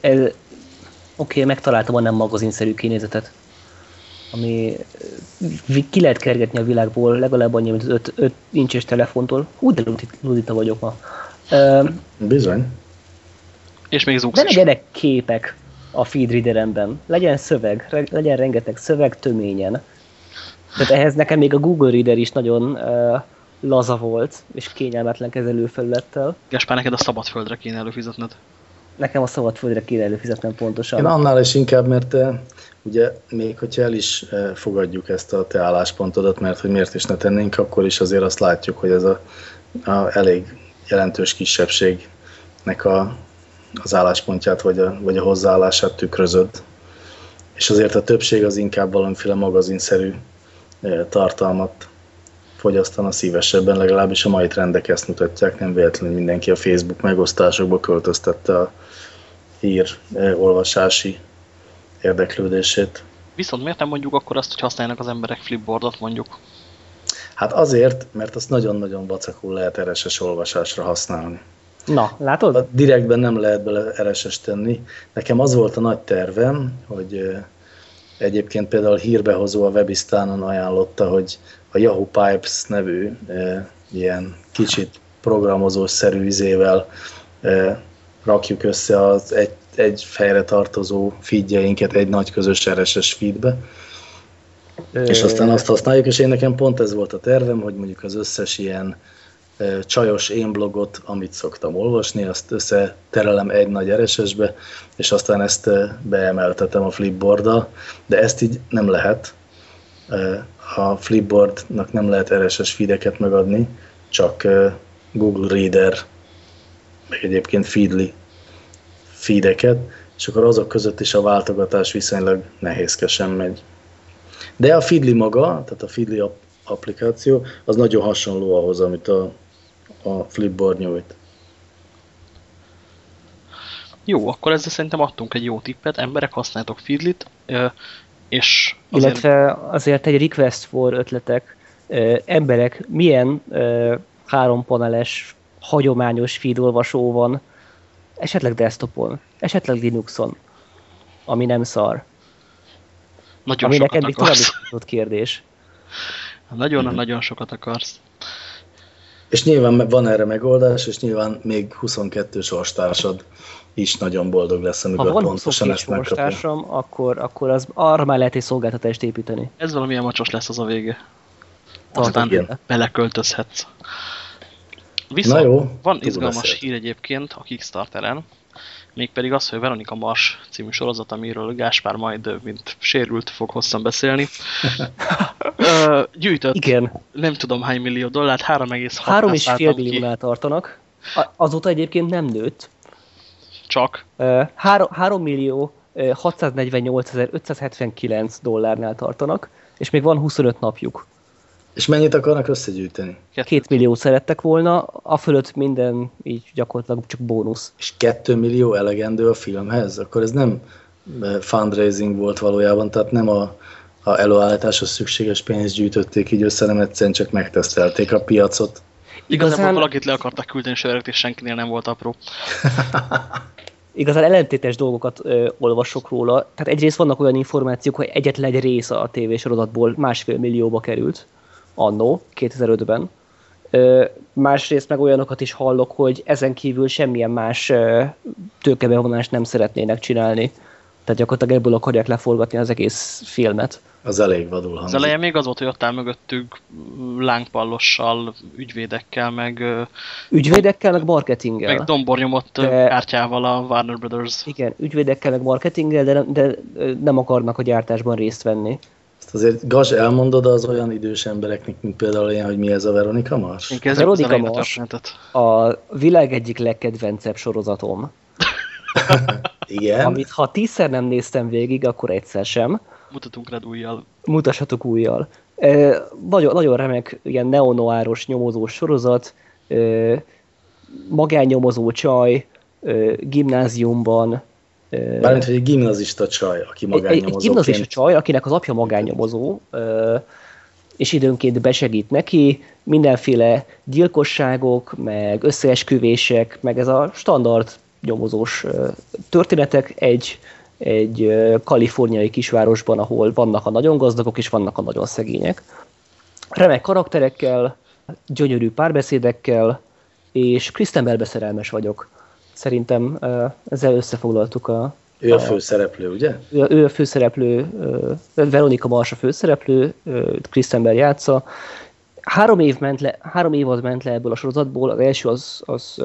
oké, megtaláltam a nem magazinszerű kinézetet, ami ki lehet kergetni a világból, legalább annyi, mint az 5 incses telefontól. de ludita vagyok ma. Bizony. És még zúgsz is. De legyenek képek a feedreaderemben. Legyen szöveg, legyen rengeteg szöveg töményen. Tehát ehhez nekem még a Google Reader is nagyon laza volt, és kényelmetlen kezelőfelülettel. Gáspár, neked a szabadföldre kéne előfizetned. Nekem a szabadföldre kéne előfizetnem pontosan. Én annál is inkább, mert ugye még hogyha el is fogadjuk ezt a te álláspontodat, mert hogy miért is ne tennénk, akkor is azért azt látjuk, hogy ez a elég jelentős kisebbségnek az álláspontját vagy a hozzáállását tükrözöd. És azért a többség az inkább valamiféle magazinszerű tartalmat fogyasztana szívesebben, legalábbis a mai trendek ezt mutatják, nem véletlenül mindenki a Facebook megosztásokba költöztette a olvasási érdeklődését. Viszont miért nem mondjuk akkor azt, hogy használjanak az emberek Flipboardot mondjuk? Hát azért, mert azt nagyon-nagyon vacakul lehet RSS olvasásra használni. Na, látod? A direktben nem lehet bele RSS tenni. Nekem az volt a nagy tervem, hogy egyébként például hírbehozó a Webistánon ajánlotta, hogy a Yahoo Pipes nevű ilyen kicsit programozószerű izével rakjuk össze az egy fejre tartozó feedjeinket egy nagy közös RSS feedbe. És aztán azt használjuk, és én nekem pont ez volt a tervem, hogy mondjuk az összes ilyen csajos én blogot, amit szoktam olvasni, azt összeterelem egy nagy RSS-be, és aztán ezt beemeltetem a Flipboarddal, de ezt így nem lehet. A Flipboardnak nem lehet RSS feedeket megadni, csak Google Reader, meg egyébként Feedly feedeket, és akkor azok között is a váltogatás viszonylag nehézkesen megy. De a Feedly maga, tehát a Feedly applikáció, az nagyon hasonló ahhoz, amit a Flipboard nyújt. Jó, akkor ezzel szerintem adtunk egy jó tippet, emberek, használjátok Feedlyt, és azért... Illetve azért egy request for ötletek, emberek, milyen hárompaneles, hagyományos feed olvasó van, esetleg desktopon, esetleg Linuxon, ami nem szar. Nagyon ami sokat neked akarsz. Még kérdés. Nagyon sokat akarsz. És nyilván van erre megoldás, és nyilván még 22 sorstársad is nagyon boldog lesz, amikor pontosan ezt megkapja. Ha van 22 sorstársam, akkor az arra már lehet egy szolgáltatást építeni. Ez valamilyen macsos lesz az a vége. Aztán beleköltözhetsz. Viszont jó, van izgalmas hír egyébként a Kickstarteren, mégpedig az, hogy Veronika Mars című sorozat, amiről Gáspár majd, mint sérült, fog hosszan beszélni, gyűjtött igen. Nem tudom hány millió dollárt, 3,5 milliónál tartanak. Azóta egyébként nem nőtt. Csak? 3 millió 648.579 dollárnál tartanak, és még van 25 napjuk. És mennyit akarnak összegyűjteni? 2 milliót szerettek volna, a fölött minden így gyakorlatilag csak bónusz. És 2 millió elegendő a filmhez? Akkor ez nem fundraising volt valójában, tehát nem a előállításhoz szükséges pénzt gyűjtötték így össze, nem egyszerűen csak megtesztelték a piacot. Igazából valakit le akartak küldeni söröket, és senkinél nem volt apró. Igazán ellentétes dolgokat olvasok róla. Tehát egyrészt vannak olyan információk, hogy egyetlen egy része a tévésorozatból 1,5 millióba került annó, 2005-ben. Másrészt meg olyanokat is hallok, hogy ezen kívül semmilyen más tőkebevonást nem szeretnének csinálni. Tehát gyakorlatilag ebből akarják leforgatni az egész filmet. Az elég vadul hangzik. Az elején még az volt, hogy ott áll mögöttük lángpallossal, ügyvédekkel, meg... Ügyvédekkel, meg marketinggel. Meg dombornyomott kártyával a Warner Brothers. Igen, ügyvédekkel, meg marketinggel, de nem akarnak a gyártásban részt venni. Ezt azért, Gazs, elmondod az olyan idős embereknek, mint például ilyen, hogy mi ez a Veronika Mars? Veronika Mars a világ egyik legkedvencebb sorozatom. Igen. Amit ha 10-szer nem néztem végig, akkor egyszer sem. Mutatunk rád ujjal. Mutassatok ujjal. Nagyon, nagyon remek, ilyen neonoáros nyomozós sorozat, magánnyomozó csaj, gimnáziumban. Bármint, hogy egy gimnazista csaj, aki magánnyomozó. Egy gimnazista csaj, akinek az apja magánnyomozó, és időnként besegít neki, mindenféle gyilkosságok, meg összeesküvések, meg ez a standard nyomozós történetek egy kaliforniai kisvárosban, ahol vannak a nagyon gazdagok, és vannak a nagyon szegények. Remek karakterekkel, gyönyörű párbeszédekkel, és Kristen Bellbe szerelmes vagyok. Szerintem ezzel összefoglaltuk Ő a főszereplő, ugye? Ő a főszereplő, Veronika Mars a főszereplő, Kristen Bell játsza. 3 évad ment le ebből a sorozatból, az első az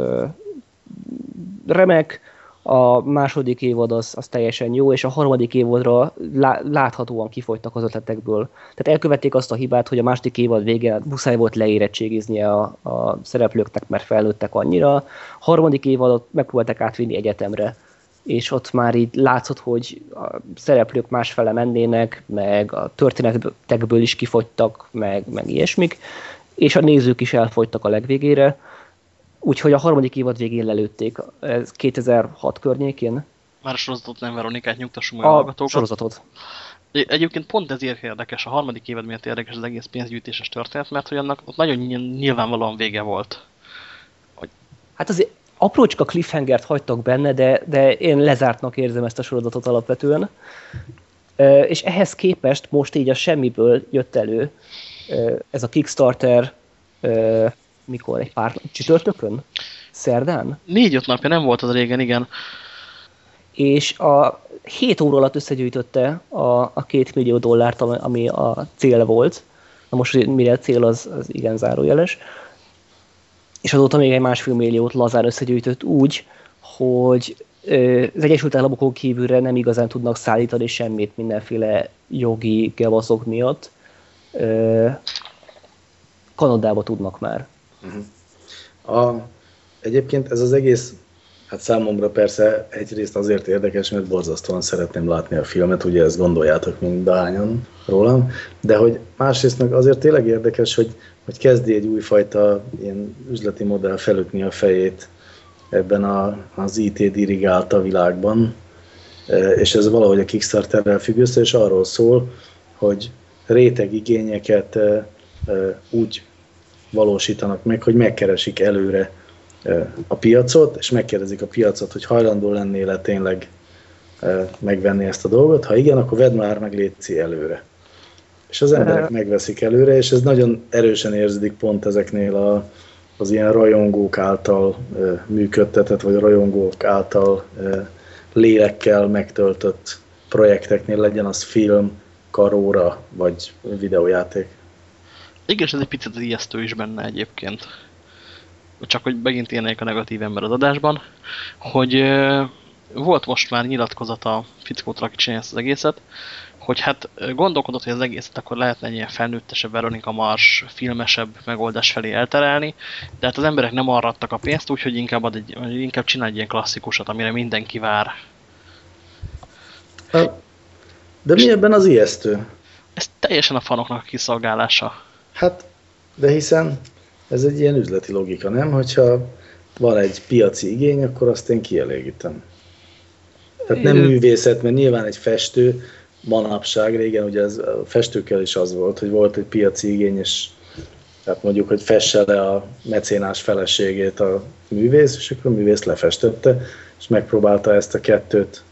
remek, a második évad az teljesen jó, és a harmadik évadra láthatóan kifogytak az ötletekből. Tehát elkövették azt a hibát, hogy a második évad végén muszáj volt leérettségiznie a szereplőknek, mert felnőttek annyira. A harmadik évadot megpróbálták átvinni egyetemre, és ott már így látszott, hogy a szereplők másfele mennének, meg a történetekből is kifogytak, meg ilyesmik, és a nézők is elfogytak a legvégére. Úgyhogy a harmadik évad végén lelőtték, ez 2006 környékén. Már a sorozatot nem, Veronikát, nyugtassunk a hallgatókat. Sorozatot. Egyébként pont ezért érdekes, a harmadik évad miatt érdekes az egész pénzgyűjtéses történet, mert hogy annak ott nagyon nyilvánvalóan vége volt. Hát azért aprócska cliffhangert hagytak benne, de én lezártnak érzem ezt a sorozatot alapvetően. És ehhez képest most így a semmiből jött elő ez a Kickstarter, mikor, egy pár csütörtökön? Szerdán? 4-5 napja, nem volt az régen, igen. És a 7 óra alatt összegyűjtötte a $2 millió, ami a cél volt. Na most mire a cél, az igen zárójeles. És azóta még egy $1,5 milliót lazán összegyűjtött úgy, hogy az Egyesült Államokon kívülre nem igazán tudnak szállítani semmit mindenféle jogi gevaszok miatt. Kanadába tudnak már. Egyébként ez az egész, hát számomra persze egyrészt azért érdekes, mert borzasztóan szeretném látni a filmet, ugye ezt gondoljátok mindahányan rólam, de hogy másrészt meg azért tényleg érdekes, hogy kezdi egy újfajta ilyen üzleti modell felütni a fejét ebben az IT dirigálta világban, és ez valahogy a Kickstarterrel függ össze, és arról szól, hogy rétegigényeket úgy valósítanak meg, hogy megkeresik előre a piacot, és megkérdezik a piacot, hogy hajlandó lennél-e tényleg megvenni ezt a dolgot. Ha igen, akkor vedd már meg, létszi előre. És az emberek megveszik előre, és ez nagyon erősen érződik pont ezeknél az ilyen rajongók által működtetett, vagy rajongók által lélekkel megtöltött projekteknél, legyen az film, karóra, vagy videójáték. Igen, és ez egy picit ijesztő is benne egyébként. Csak hogy megint élnék a negatív ember az adásban, hogy volt most már nyilatkozat a fickótól, aki csinálja ezt az egészet, hogy hát gondolkodott, hogy az egészet akkor lehetne egy ilyen felnőttesebb, Veronika Mars, filmesebb megoldás felé elterelni, de hát az emberek nem arra adtak a pénzt, úgyhogy inkább csinálj egy ilyen klasszikusat, amire mindenki vár. De mi ebben az ijesztő? Ez teljesen a fanoknak a kiszolgálása. Hát, de hiszen ez egy ilyen üzleti logika, nem? Hogyha van egy piaci igény, akkor azt én kielégítem. Tehát nem művészet, mert nyilván egy festő manapság, régen ugye ez, a festőkkel is az volt, hogy volt egy piaci igény, és tehát mondjuk, hogy fesse le a mecénás feleségét a művész, és akkor a művész lefestette, és megpróbálta ezt a kettőt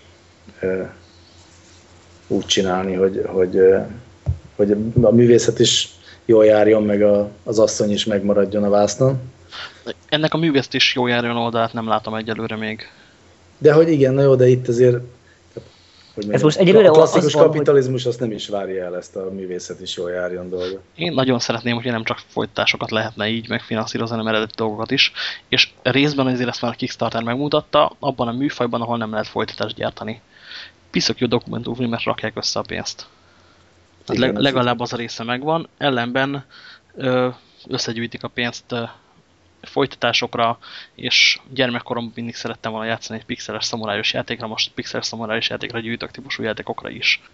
úgy csinálni, hogy a művészet is jól járjon, meg az asszony is megmaradjon a vásznon. Ennek a művészt is jól járjon oldalát nem látom egyelőre még. De hogy igen, na jó, de itt azért Ez most egyelőre a klasszikus kapitalizmus azt nem is várja el, ezt a művészet is jól járjon dolga. Én nagyon szeretném, hogy nem csak folytatásokat lehetne így megfinanszírozni, hanem eredeti dolgokat is, és részben azért ezt már a Kickstarter megmutatta, abban a műfajban, ahol nem lehet folytatást gyártani. Piszok jó dokumentumfilm, mert rakják össze a pénzt. Igen, legalább az a része megvan, ellenben összegyűjtik a pénzt folytatásokra, és gyermekkoromban mindig szerettem volna játszani egy pixeles szamurájos játékra, most pixeles szamurájos játékra gyűjtök típusú játékokra is.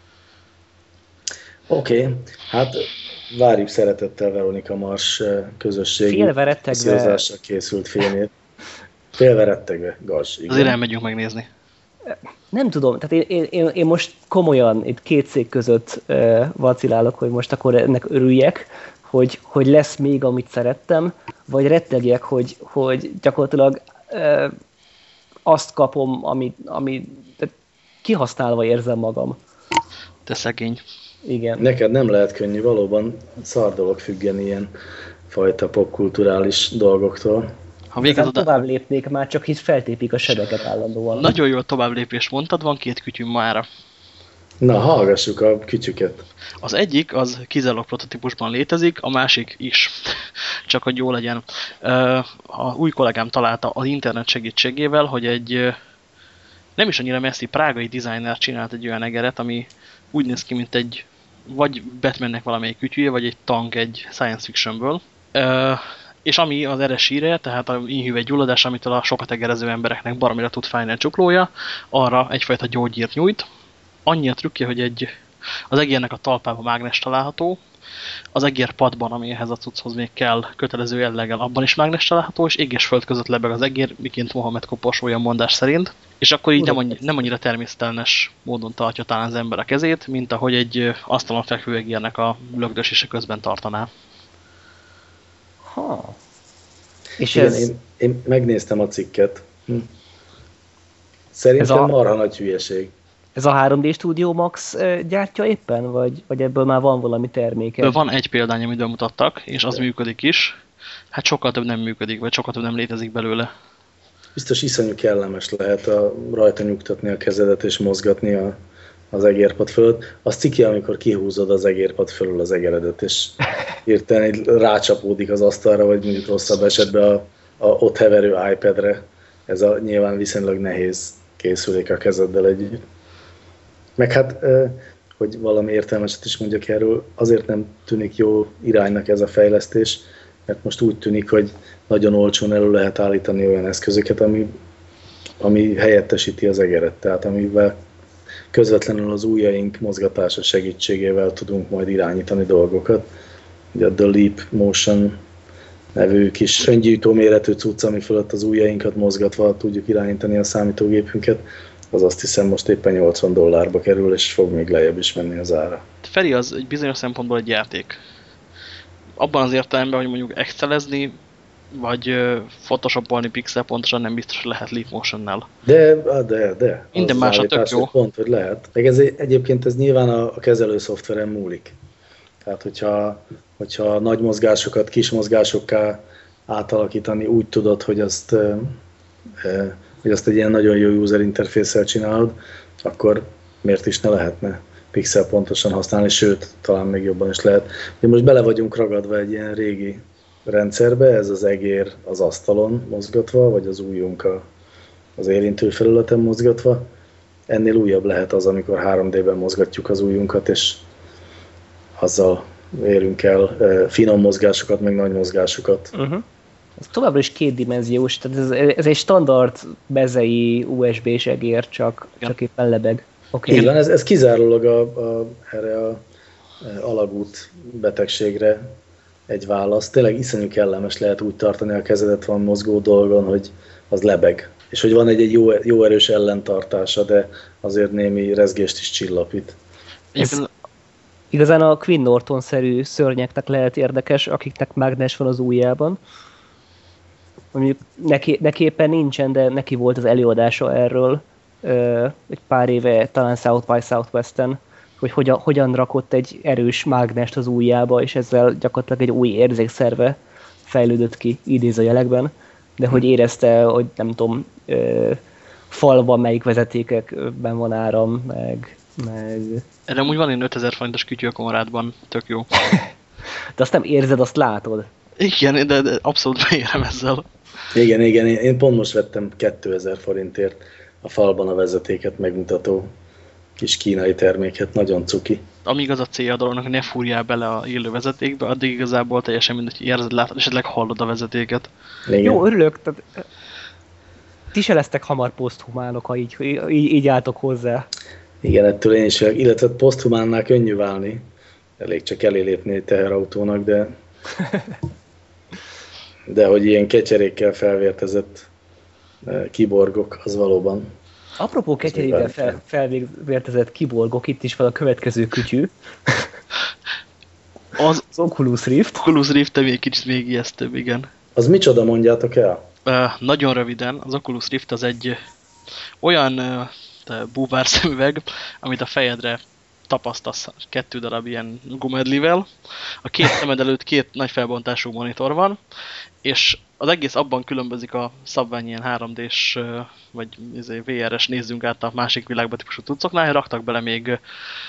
Oké, hát várjuk szeretettel Veronika Mars közösségi szírozásra készült filmét. Félve rettegve, Gazs. Azért elmegyünk megnézni. Nem tudom, tehát én most komolyan itt két szék között vacilálok, hogy most akkor ennek örüljek, hogy lesz még, amit szerettem, vagy rettegjek, hogy gyakorlatilag azt kapom, ami kihasználva érzem magam. Te szegény. Igen. Neked nem lehet könnyű, valóban szar dolog függeni ilyen fajta popkulturális dolgoktól. Ha tovább lépnék, már csak itt feltépik a sebeket állandóan. Nagyon jól tovább lépést mondtad, van 2 kütyüm mára. Na, hallgassuk a kütyüket. Az egyik, az kizárólag prototípusban létezik, a másik is. Csak hogy jó legyen. A új kollégám találta az internet segítségével, hogy egy nem is annyira messzi prágai designer csinált egy olyan egeret, ami úgy néz ki, mint egy vagy Batmannek valamelyik kütyüje, vagy egy tank egy science fictionből. És ami az eresíre, tehát a inhüvely gyulladás, amitől a sokat egerező embereknek baromira tud fájni a csuklója, arra egyfajta gyógyírt nyújt. Annyi a trükkje, hogy az egérnek a talpában mágnes található, az egérpadban, ami ehhez a cucchoz még kell kötelező jelleggel, abban is mágnes található, és ég és föld között lebeg az egér, miként Mohamed koporsója mondás szerint. És akkor így nem annyira természetelnes módon tartja talán az ember a kezét, mint ahogy egy asztalon fekvő egérnek a lögdösése közben tartaná. Ha. És igen, én megnéztem a cikket. Szerintem marha nagy hülyeség. Ez a 3D Studio Max gyártja éppen, vagy ebből már van valami terméke? Ebből van egy példány, amit bemutattak, és az működik is. Hát sokkal több nem működik, vagy sokkal több nem létezik belőle. Biztos iszonyú kellemes lehet rajta nyugtatni a kezedet és mozgatni az egérpad fölött. Az ciki, amikor kihúzod az egérpad fölül az egeredet, és hirtelen rácsapódik az asztalra, vagy mondjuk rosszabb esetben a ott heverő iPad-re. Ez a nyilván viszonylag nehéz készülék a kezeddel együtt. Meg hát, hogy valami értelmeset is mondjak erről, azért nem tűnik jó iránynak ez a fejlesztés, mert most úgy tűnik, hogy nagyon olcsón elő lehet állítani olyan eszközöket, ami helyettesíti az egeret, tehát amivel közvetlenül az ujjaink mozgatása segítségével tudunk majd irányítani dolgokat. Ugye a The Leap Motion nevű kis öngyűjtó méretű cucc, ami fölött az ujjainkat mozgatva tudjuk irányítani a számítógépünket, az azt hiszem most éppen $80 kerül, és fog még lejjebb is menni az ára. Feri az egy bizonyos szempontból egy játék. Abban az értelemben, hogy mondjuk excelezni, vagy photoshopolni pixel pontosan nem biztos, hogy lehet Leap Motionnál. De. Minden másra tök jó. Pont, hogy lehet. Meg egyébként ez nyilván a kezelő szoftveren múlik. Tehát, hogyha nagy mozgásokat kis mozgásokká átalakítani, úgy tudod, hogy azt egy ilyen nagyon jó user interface-szel csinálod, akkor miért is ne lehetne pixel pontosan használni, sőt, talán még jobban is lehet. De most bele vagyunk ragadva egy ilyen régi rendszerbe, ez az egér az asztalon mozgatva, vagy az ujjunk az érintő felületen mozgatva. Ennél újabb lehet az, amikor 3D-ben mozgatjuk az ujjunkat, és azzal érünk el finom mozgásokat, meg nagy mozgásokat. Ez továbbra is kétdimenziós, tehát ez egy standard bezei USB-s egér, csak éppen lebeg. Okay. Így van, ez kizárólag erre a alagút betegségre egy válasz. Tényleg iszonyú kellemes lehet úgy tartani a kezedet van mozgó dolgon, hogy az lebeg. És hogy van egy jó erős ellentartása, de azért némi rezgést is csillapít. Igazán a Quinn Norton-szerű szörnyeknek lehet érdekes, akiknek mágnes van az ujjában. Mondjuk neki éppen nincsen, de neki volt az előadása erről egy pár éve, talán South by Southwest-en, hogy hogyan rakott egy erős mágnest az ujjába, és ezzel gyakorlatilag egy új érzékszerve fejlődött ki idézőjelekben, de hogy érezte, hogy nem tudom, falban melyik vezetékekben van áram, meg... Erre úgy van én 5000 forintos kütyű a Konrádban, tök jó. De azt nem érzed, azt látod. Igen, de abszolút beérem ezzel. Igen, én pont most vettem 2000 forintért a falban a vezetéket megmutató kis kínai terméket, nagyon cuki. Amíg az a célja a dolognak, hogy ne fúrjál bele a élő vezetékbe, addig igazából teljesen mindegy, hogy érzed, látod, esetleg hallod a vezetéket. Igen. Jó, örülök. Tehát, ti se lesztek hamar poszthumánok, ha így álltok hozzá. Igen, ettől én is, illetve poszthumánnál könnyű válni. Elég csak elélépni egy teherautónak, de hogy ilyen kecserékkel felvértezett kiborgok, az valóban. Apropó kecserékkel felvértezett kiborgok, itt is van a következő kütyű. Az Oculus Rift. Oculus Rift egy kicsit még ijesztőbb, igen. Az micsoda, mondjátok el? Nagyon röviden, az Oculus Rift az egy olyan búvárszemüveg, amit a fejedre tapasztasz 2 darab ilyen gumedlivel. A 2 szemed előtt 2 nagy felbontású monitor van, és az egész abban különbözik a szabvány ilyen 3D-s vagy VR-es nézzünk át a másik világba típusú cuccoknál, hogy raktak bele még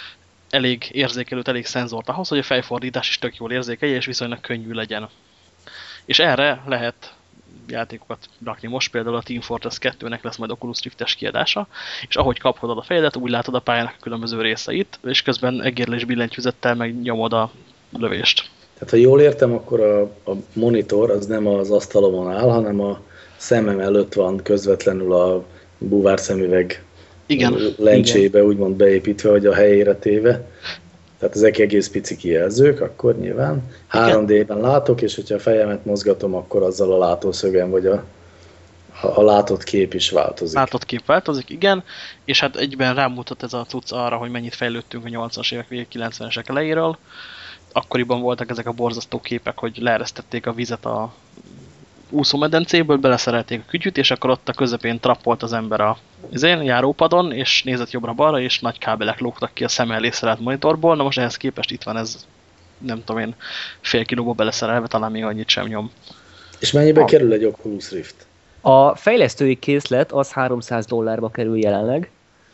elég érzékelőt, elég szenzort ahhoz, hogy a fejfordítás is tök jól érzékelje, és viszonylag könnyű legyen. És erre lehet játékokat rakni. Most például a Team Fortress 2-nek lesz majd Oculus Rift-es kiadása, és ahogy kapkodod a fejedet, úgy látod a pályának a különböző részeit, és közben egérlés billentyűzettel megnyomod a lövést. Tehát ha jól értem, akkor a monitor az nem az asztalomon áll, hanem a szemem előtt van közvetlenül a búvárszemüveg lencsébe úgymond beépítve, vagy a helyére téve. Tehát ezek egész pici kijelzők, akkor nyilván 3D-ben látok, és hogyha a fejemet mozgatom, akkor azzal a látószögem, vagy a látott kép is változik. Látott kép változik, igen, és hát egyben rámutat ez a cucc arra, hogy mennyit fejlődtünk a 80-as évek végig, 90-esek elejéről. Akkoriban voltak ezek a borzasztó képek, hogy leeresztették a vizet a úszómedencéből, beleszerelték a kütyűt, és akkor ott a közepén trappolt az ember a járópadon, és nézett jobbra-balra, és nagy kábelek lógtak ki a szem elé szerelt monitorból. Na most ehhez képest itt van ez, nem tudom én, fél kilóba beleszerelve, talán még annyit sem nyom. És mennyibe kerül egy Oculus Rift? A fejlesztői készlet az $300 kerül jelenleg.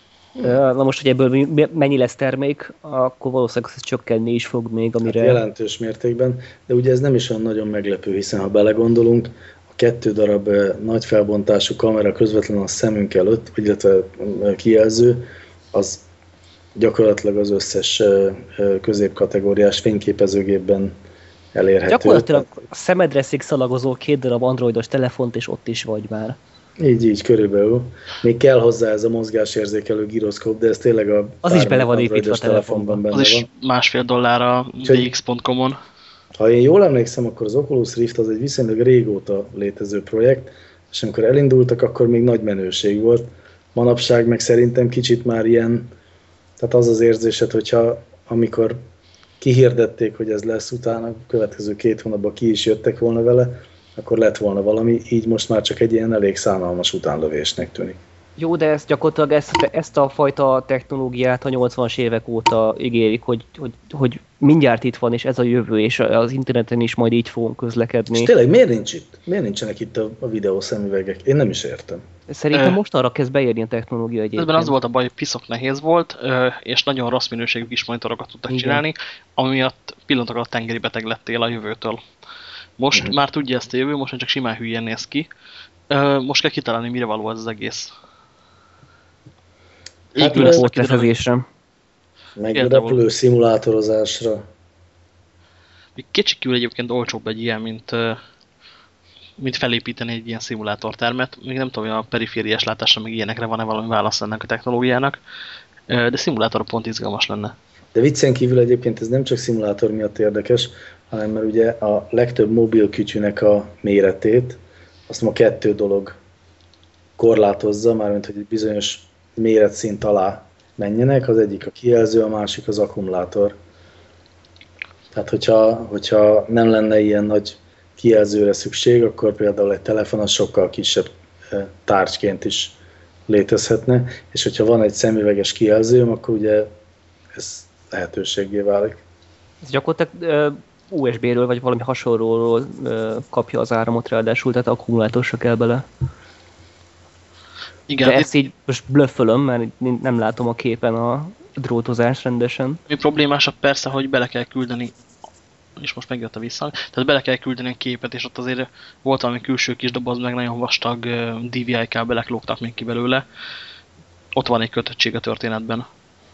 Na most, hogy ebből mennyi lesz termék, akkor valószínűleg ez csökkenni is fog még, amire... Hát jelentős mértékben, de ugye ez nem is olyan nagyon meglepő, hiszen ha belegondolunk, a 2 darab nagy felbontású kamera közvetlenül a szemünk előtt, illetve kijelző, az gyakorlatilag az összes középkategóriás fényképezőgépben elérhető. Gyakorlatilag a szemedre szikszalagozó 2 darab androidos telefont, és ott is vagy már. Így körülbelül. Még kell hozzá ez a mozgásérzékelő giroszkóp, de ez tényleg az is bele van építve a telefonban. Az is $1,5 a DX.com-on. Ha én jól emlékszem, akkor az Oculus Rift az egy viszonylag régóta létező projekt, és amikor elindultak, akkor még nagy menőség volt. Manapság meg szerintem kicsit már ilyen, tehát az az érzésed, hogyha amikor kihirdették, hogy ez lesz, utána a következő 2 hónapban ki is jöttek volna vele, akkor lett volna valami, így most már csak egy ilyen elég szánalmas utánlövésnek tűnik. Jó, de ezt gyakorlatilag ezt a fajta technológiát a 80-as évek óta ígérik, hogy mindjárt itt van, és ez a jövő, és az interneten is majd így fogunk közlekedni. És tényleg miért nincs itt? Miért nincsenek itt a videószemüvegek? Én nem is értem. Szerintem most arra kezd beérni a technológia egyébként. Ezben az volt a baj, hogy piszok nehéz volt, és nagyon rossz minőségű kis monitorokat tudtak csinálni, ami miatt pillanatok alatt tengeri beteg lettél a jövőtől. Most már tudja ezt a jövő, most csak simán hülyen néz ki. Most kell kitalálni, mire való ez az egész. Hát leszezésre. Meg repülő szimulátorozásra. Még kicsikül egyébként olcsóbb egy ilyen, mint felépíteni egy ilyen szimulátortermet. Még nem tudom, hogy a perifériás látásra még ilyenekre van-e valami válasz ennek a technológiának, de szimulátor pont izgalmas lenne. De viccen kívül egyébként ez nem csak szimulátor miatt érdekes, hanem mert ugye a legtöbb mobil kütyűnek a méretét, azt ma 2 dolog korlátozza, mármint hogy egy bizonyos méretszint alá menjenek, az egyik a kijelző, a másik az akkumulátor. Tehát hogyha nem lenne ilyen nagy kijelzőre szükség, akkor például egy telefon az sokkal kisebb tárgyként is létezhetne, és hogyha van egy szemüveges kijelzőm, akkor ugye ez lehetőséggé válik. Ez gyakorlatilag USB-ről vagy valami hasonlóról kapja az áramot ráadásul, tehát akkumulátor se kell bele. Igen, de ezt így most blöffölöm, mert nem látom a képen a drótozás rendesen. Mi problémásabb persze, hogy bele kell küldeni, és most megjött a visszhang, tehát bele kell küldeni a képet, és ott azért volt valami külső kis doboz, meg nagyon vastag DVI kábelek lógtak még ki belőle. Ott van egy kötöttség a történetben.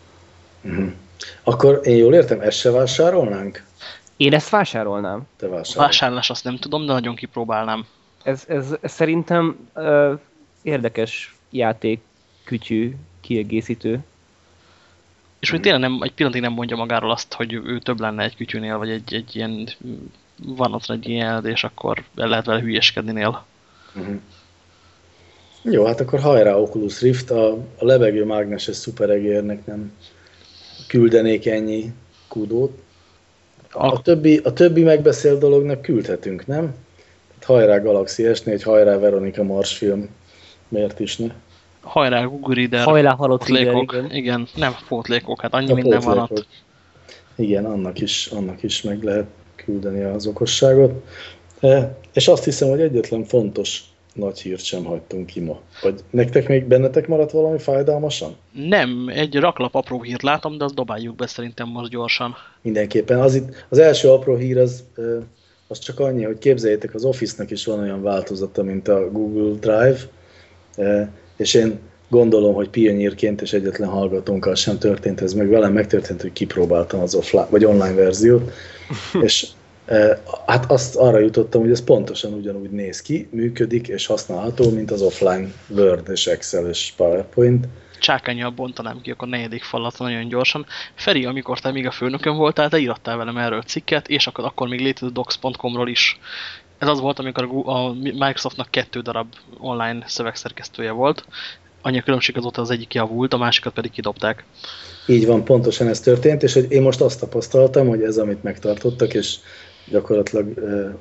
Akkor én jól értem, ezt se vásárolnánk? Én ezt vásárolnám. Te vásárlás azt nem tudom, de nagyon kipróbálnám. Ez szerintem érdekes játék, kütyű, kiegészítő. És még tényleg egy pillanatig nem mondja magáról azt, hogy ő több lenne egy kütyűnél, vagy egy ilyen, van ott egy ilyen, és akkor el lehet vele hülyeskedninél. Jó, hát akkor hajrá Oculus Rift, a levegő mágneses szuperegérnek nem küldenék ennyi kudót. A többi megbeszélt dolognak küldhetünk, nem? Hajrá Galaxy S4, hajrá Veronika Mars film, miért is ne? Hajrá Google Reader, hajrá halott Reader, igen, nem pótlékok, hát annyi minden van ott. Igen, annak is meg lehet küldeni az okosságot. És azt hiszem, hogy egyetlen fontos nagy hírt sem hagytunk ki ma. Vagy nektek még bennetek maradt valami fájdalmasan? Nem, egy raklap apró hírt látom, de azt dobáljuk be szerintem most gyorsan. Mindenképpen. Az első apró hír az csak annyi, hogy képzeljétek, az Office-nak is van olyan változata, mint a Google Drive, és én gondolom, hogy pionírként és egyetlen hallgatónkkal sem történt ez meg. Velem megtörtént, hogy kipróbáltam az offline, vagy online verziót, és hát azt arra jutottam, hogy ez pontosan ugyanúgy néz ki, működik és használható, mint az offline Word és Excel és PowerPoint. Csákánnyal bontanám ki akkor a negyedik falat nagyon gyorsan. Feri, amikor te még a főnökön voltál, te írattál velem erről cikket, és akkor még létező docs.com-ról is. Ez az volt, amikor a Microsoftnak 2 darab online szövegszerkesztője volt. Annyi a különbség azóta az egyik javult, a másikat pedig kidobták. Így van, pontosan ez történt, és hogy én most azt tapasztaltam, hogy ez, amit megtartottak, és gyakorlatilag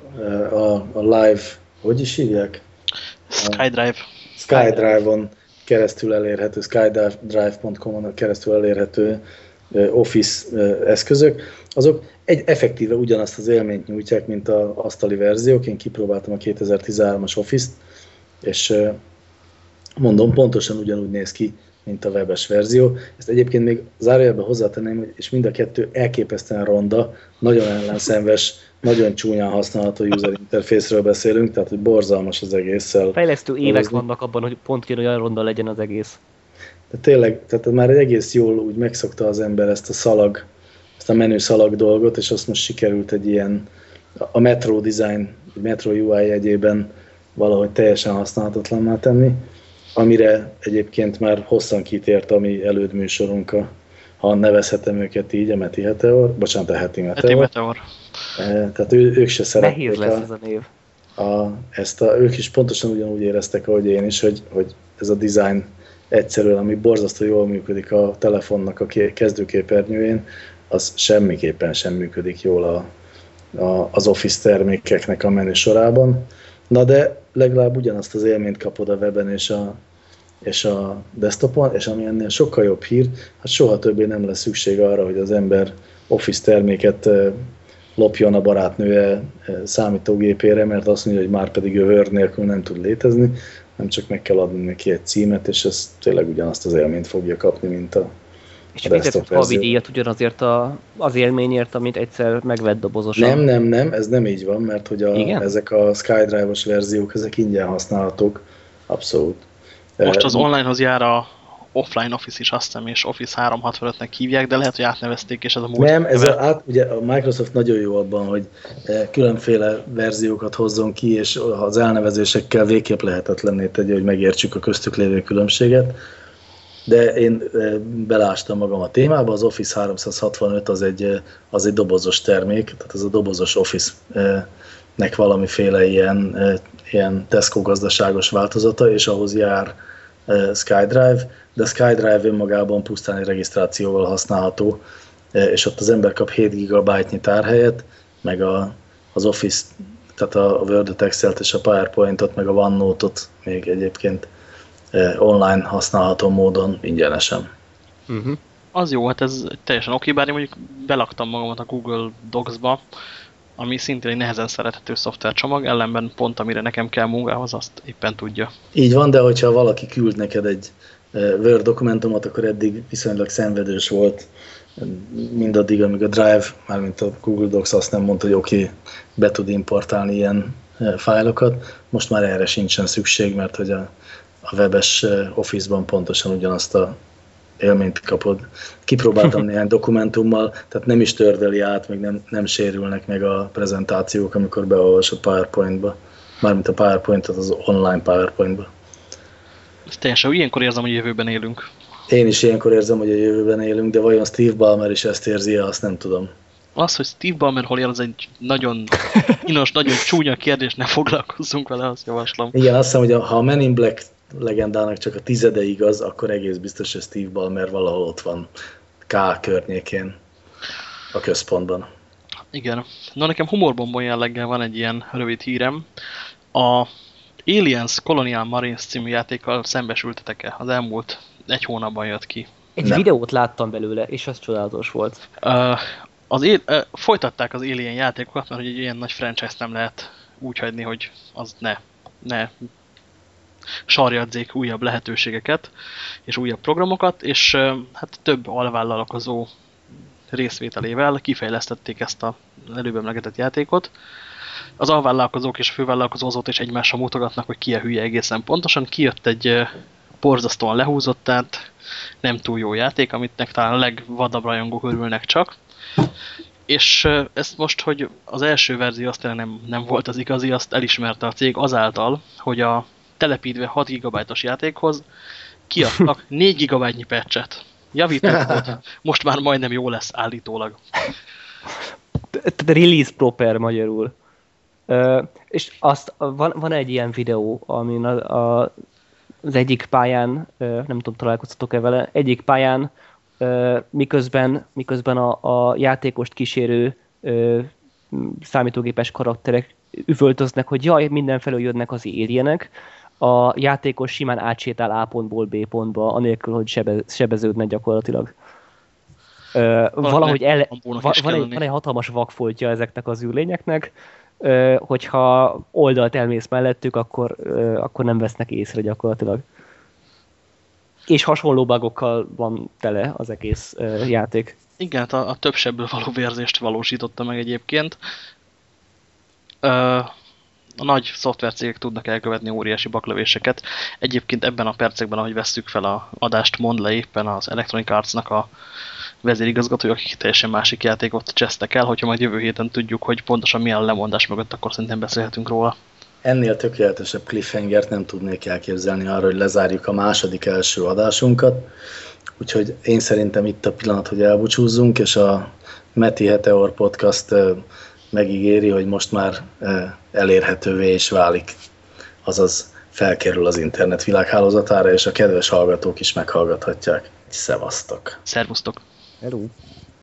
a live, hogy is hívják? SkyDrive. SkyDrive-on keresztül elérhető, skydrive.com-on keresztül elérhető Office eszközök, azok effektíve ugyanazt az élményt nyújtják, mint az asztali verziók. Én kipróbáltam a 2013-as Office-t, és mondom, pontosan ugyanúgy néz ki, mint a webes verzió. Ezt egyébként még zárójelben hozzátenném, hogy és mind a kettő elképesztően ronda, nagyon ellenszenves, nagyon csúnyán használható user interface-ről beszélünk, tehát hogy borzalmas az egésszel. Fejlesztő évek vannak abban, hogy pont olyan ronda legyen az egész. De tényleg, tehát már egy egész jól úgy megszokta az ember ezt a menü szalag dolgot, és azt most sikerült egy ilyen, a Metro Design, Metro UI jegyében valahogy teljesen használhatatlanná tenni, amire egyébként már hosszan kitért a mi elődműsorunk, ha nevezhetem őket így, a Meti Heteor, bocsánat, a Heti Meteor. Tehát ők se szerették. Nehéz lesz ez a név. Ők is pontosan ugyanúgy éreztek, ahogy én is, hogy ez a design egyszerűen, ami borzasztó jól működik a telefonnak a kezdőképernyőjén, az semmiképpen sem működik jól az Office termékeknek a menü sorában. Na de legalább ugyanazt az élményt kapod a weben és a desktopon, és ami ennél sokkal jobb hír, hát soha többé nem lesz szükség arra, hogy az ember Office terméket lopjon a barátnője számítógépére, mert azt mondja, hogy már pedig ő Word nélkül nem tud létezni, nem csak meg kell adni neki egy címet, és ez tényleg ugyanazt az élményt fogja kapni, mint a és fizetett havi díjat ugyanazért az élményért, amit egyszer megvett dobozosan. Nem, ez nem így van, mert hogy ezek a SkyDrive-os verziók, ezek ingyen használhatók, abszolút. Most az onlinehoz jár a offline Office is, azt hiszem, és Office 365-nek hívják, de lehet, hogy átnevezték, és ez a múlt. Nem, ugye a Microsoft nagyon jó abban, hogy különféle verziókat hozzon ki, és az elnevezésekkel végképp lehetetlenné tegye, hogy megértsük a köztük lévő különbséget. De én belástam magam a témába, az Office 365 az egy dobozos termék, tehát ez a dobozos Office-nek valamiféle ilyen Tesco gazdaságos változata, és ahhoz jár SkyDrive, de SkyDrive önmagában pusztán egy regisztrációval használható, és ott az ember kap 7 GB-nyi tárhelyet, meg az Office, tehát a Word-et, Excel-t és a PowerPoint-ot, meg a OneNote-ot még egyébként online használható módon ingyenesen. Az jó, hát ez teljesen oké, bár én mondjuk belaktam magamat a Google Docs-ba, ami szintén egy nehezen szerethető szoftvercsomag, ellenben pont amire nekem kell munkához, azt éppen tudja. Így van, de hogyha valaki küld neked egy Word dokumentumot, akkor eddig viszonylag szenvedős volt, mindaddig, amíg a Drive, mármint a Google Docs azt nem mondta, hogy oké, be tud importálni ilyen fájlokat. Most már erre sincsen szükség, mert hogy a webes Office-ban pontosan ugyanazt a élményt kapod. Kipróbáltam néhány dokumentummal, tehát nem is tördeli át, meg nem sérülnek meg a prezentációk, amikor beolvasod PowerPoint-ba. Mármint a PowerPoint-ot az online PowerPoint-ba. Ez teljesen ilyenkor érzem, hogy jövőben élünk. Én is ilyenkor érzem, hogy a jövőben élünk, de vajon Steve Ballmer is ezt érzi, azt nem tudom. Az, hogy Steve Ballmer hol él, az egy nagyon inos, nagyon csúnya kérdés, ne foglalkozzunk vele, azt javaslom. Igen, azt hiszem, hogy ha a Men in Black legendának csak a 10. igaz, akkor egész biztos, hogy Steve Ballmer valahol ott van K környékén a központban. Igen. Na, nekem humorbombon jelleggel van egy ilyen rövid hírem. A Aliens Colonial Marines című játékkal szembesültetek-e? Az elmúlt 1 hónapban jött ki. Egy videót láttam belőle, és az csodálatos volt. Folytatták az Alien játékokat, mert hogy egy ilyen nagy franchise nem lehet úgy hagyni, hogy az ne sarjadzék újabb lehetőségeket és újabb programokat, és hát több alvállalkozó részvételével kifejlesztették ezt az előbb emlegetett játékot. Az alvállalkozók és a fővállalkozó azóta is egymásra mutogatnak, hogy ki a hülye egészen pontosan. Kijött egy borzasztóan lehúzott, tehát nem túl jó játék, amitnek talán a legvadabb rajongók örülnek csak. És ezt most, hogy az első verzió azt nem volt az igazi, azt elismerte a cég azáltal, hogy a telepítve 6 GB-os játékhoz kiadtak 4 GB-nyi patchet. Javított, most már majdnem jó lesz állítólag. Release proper magyarul. És van egy ilyen videó, amin az egyik pályán, nem tudom, találkoztatok-e vele, egyik pályán miközben a játékost kísérő számítógépes karakterek üvöltöznek, hogy jaj, mindenfelől jönnek az alienek, a játékos simán átsétál A pontból B pontba, anélkül, hogy sebeződne gyakorlatilag. Valahogy van egy hatalmas vakfoltja ezeknek az űrlényeknek, hogyha oldalt elmész mellettük, akkor nem vesznek észre gyakorlatilag. És hasonló bugokkal van tele az egész játék. Igen, a több sebből való vérzést valósította meg egyébként. A nagy szoftvercégek tudnak elkövetni óriási baklövéseket. Egyébként ebben a percekben, ahogy vesszük fel a adást, mond le éppen az Electronic Arts-nak a vezérigazgatója, akik teljesen másik játékot csesztek el. Hogyha majd jövő héten tudjuk, hogy pontosan milyen a lemondás mögött, akkor szerintem beszélhetünk róla. Ennél tökéletesebb cliffhangert nem tudnék elképzelni arra, hogy lezárjuk a második első adásunkat. Úgyhogy én szerintem itt a pillanat, hogy elbúcsúzzunk, és a Meti Heteor Podcast megígéri, hogy most már elérhetővé is válik. Azaz felkerül az internet világhálózatára, és a kedves hallgatók is meghallgathatják. Szevasztok! Szervusztok! Hello!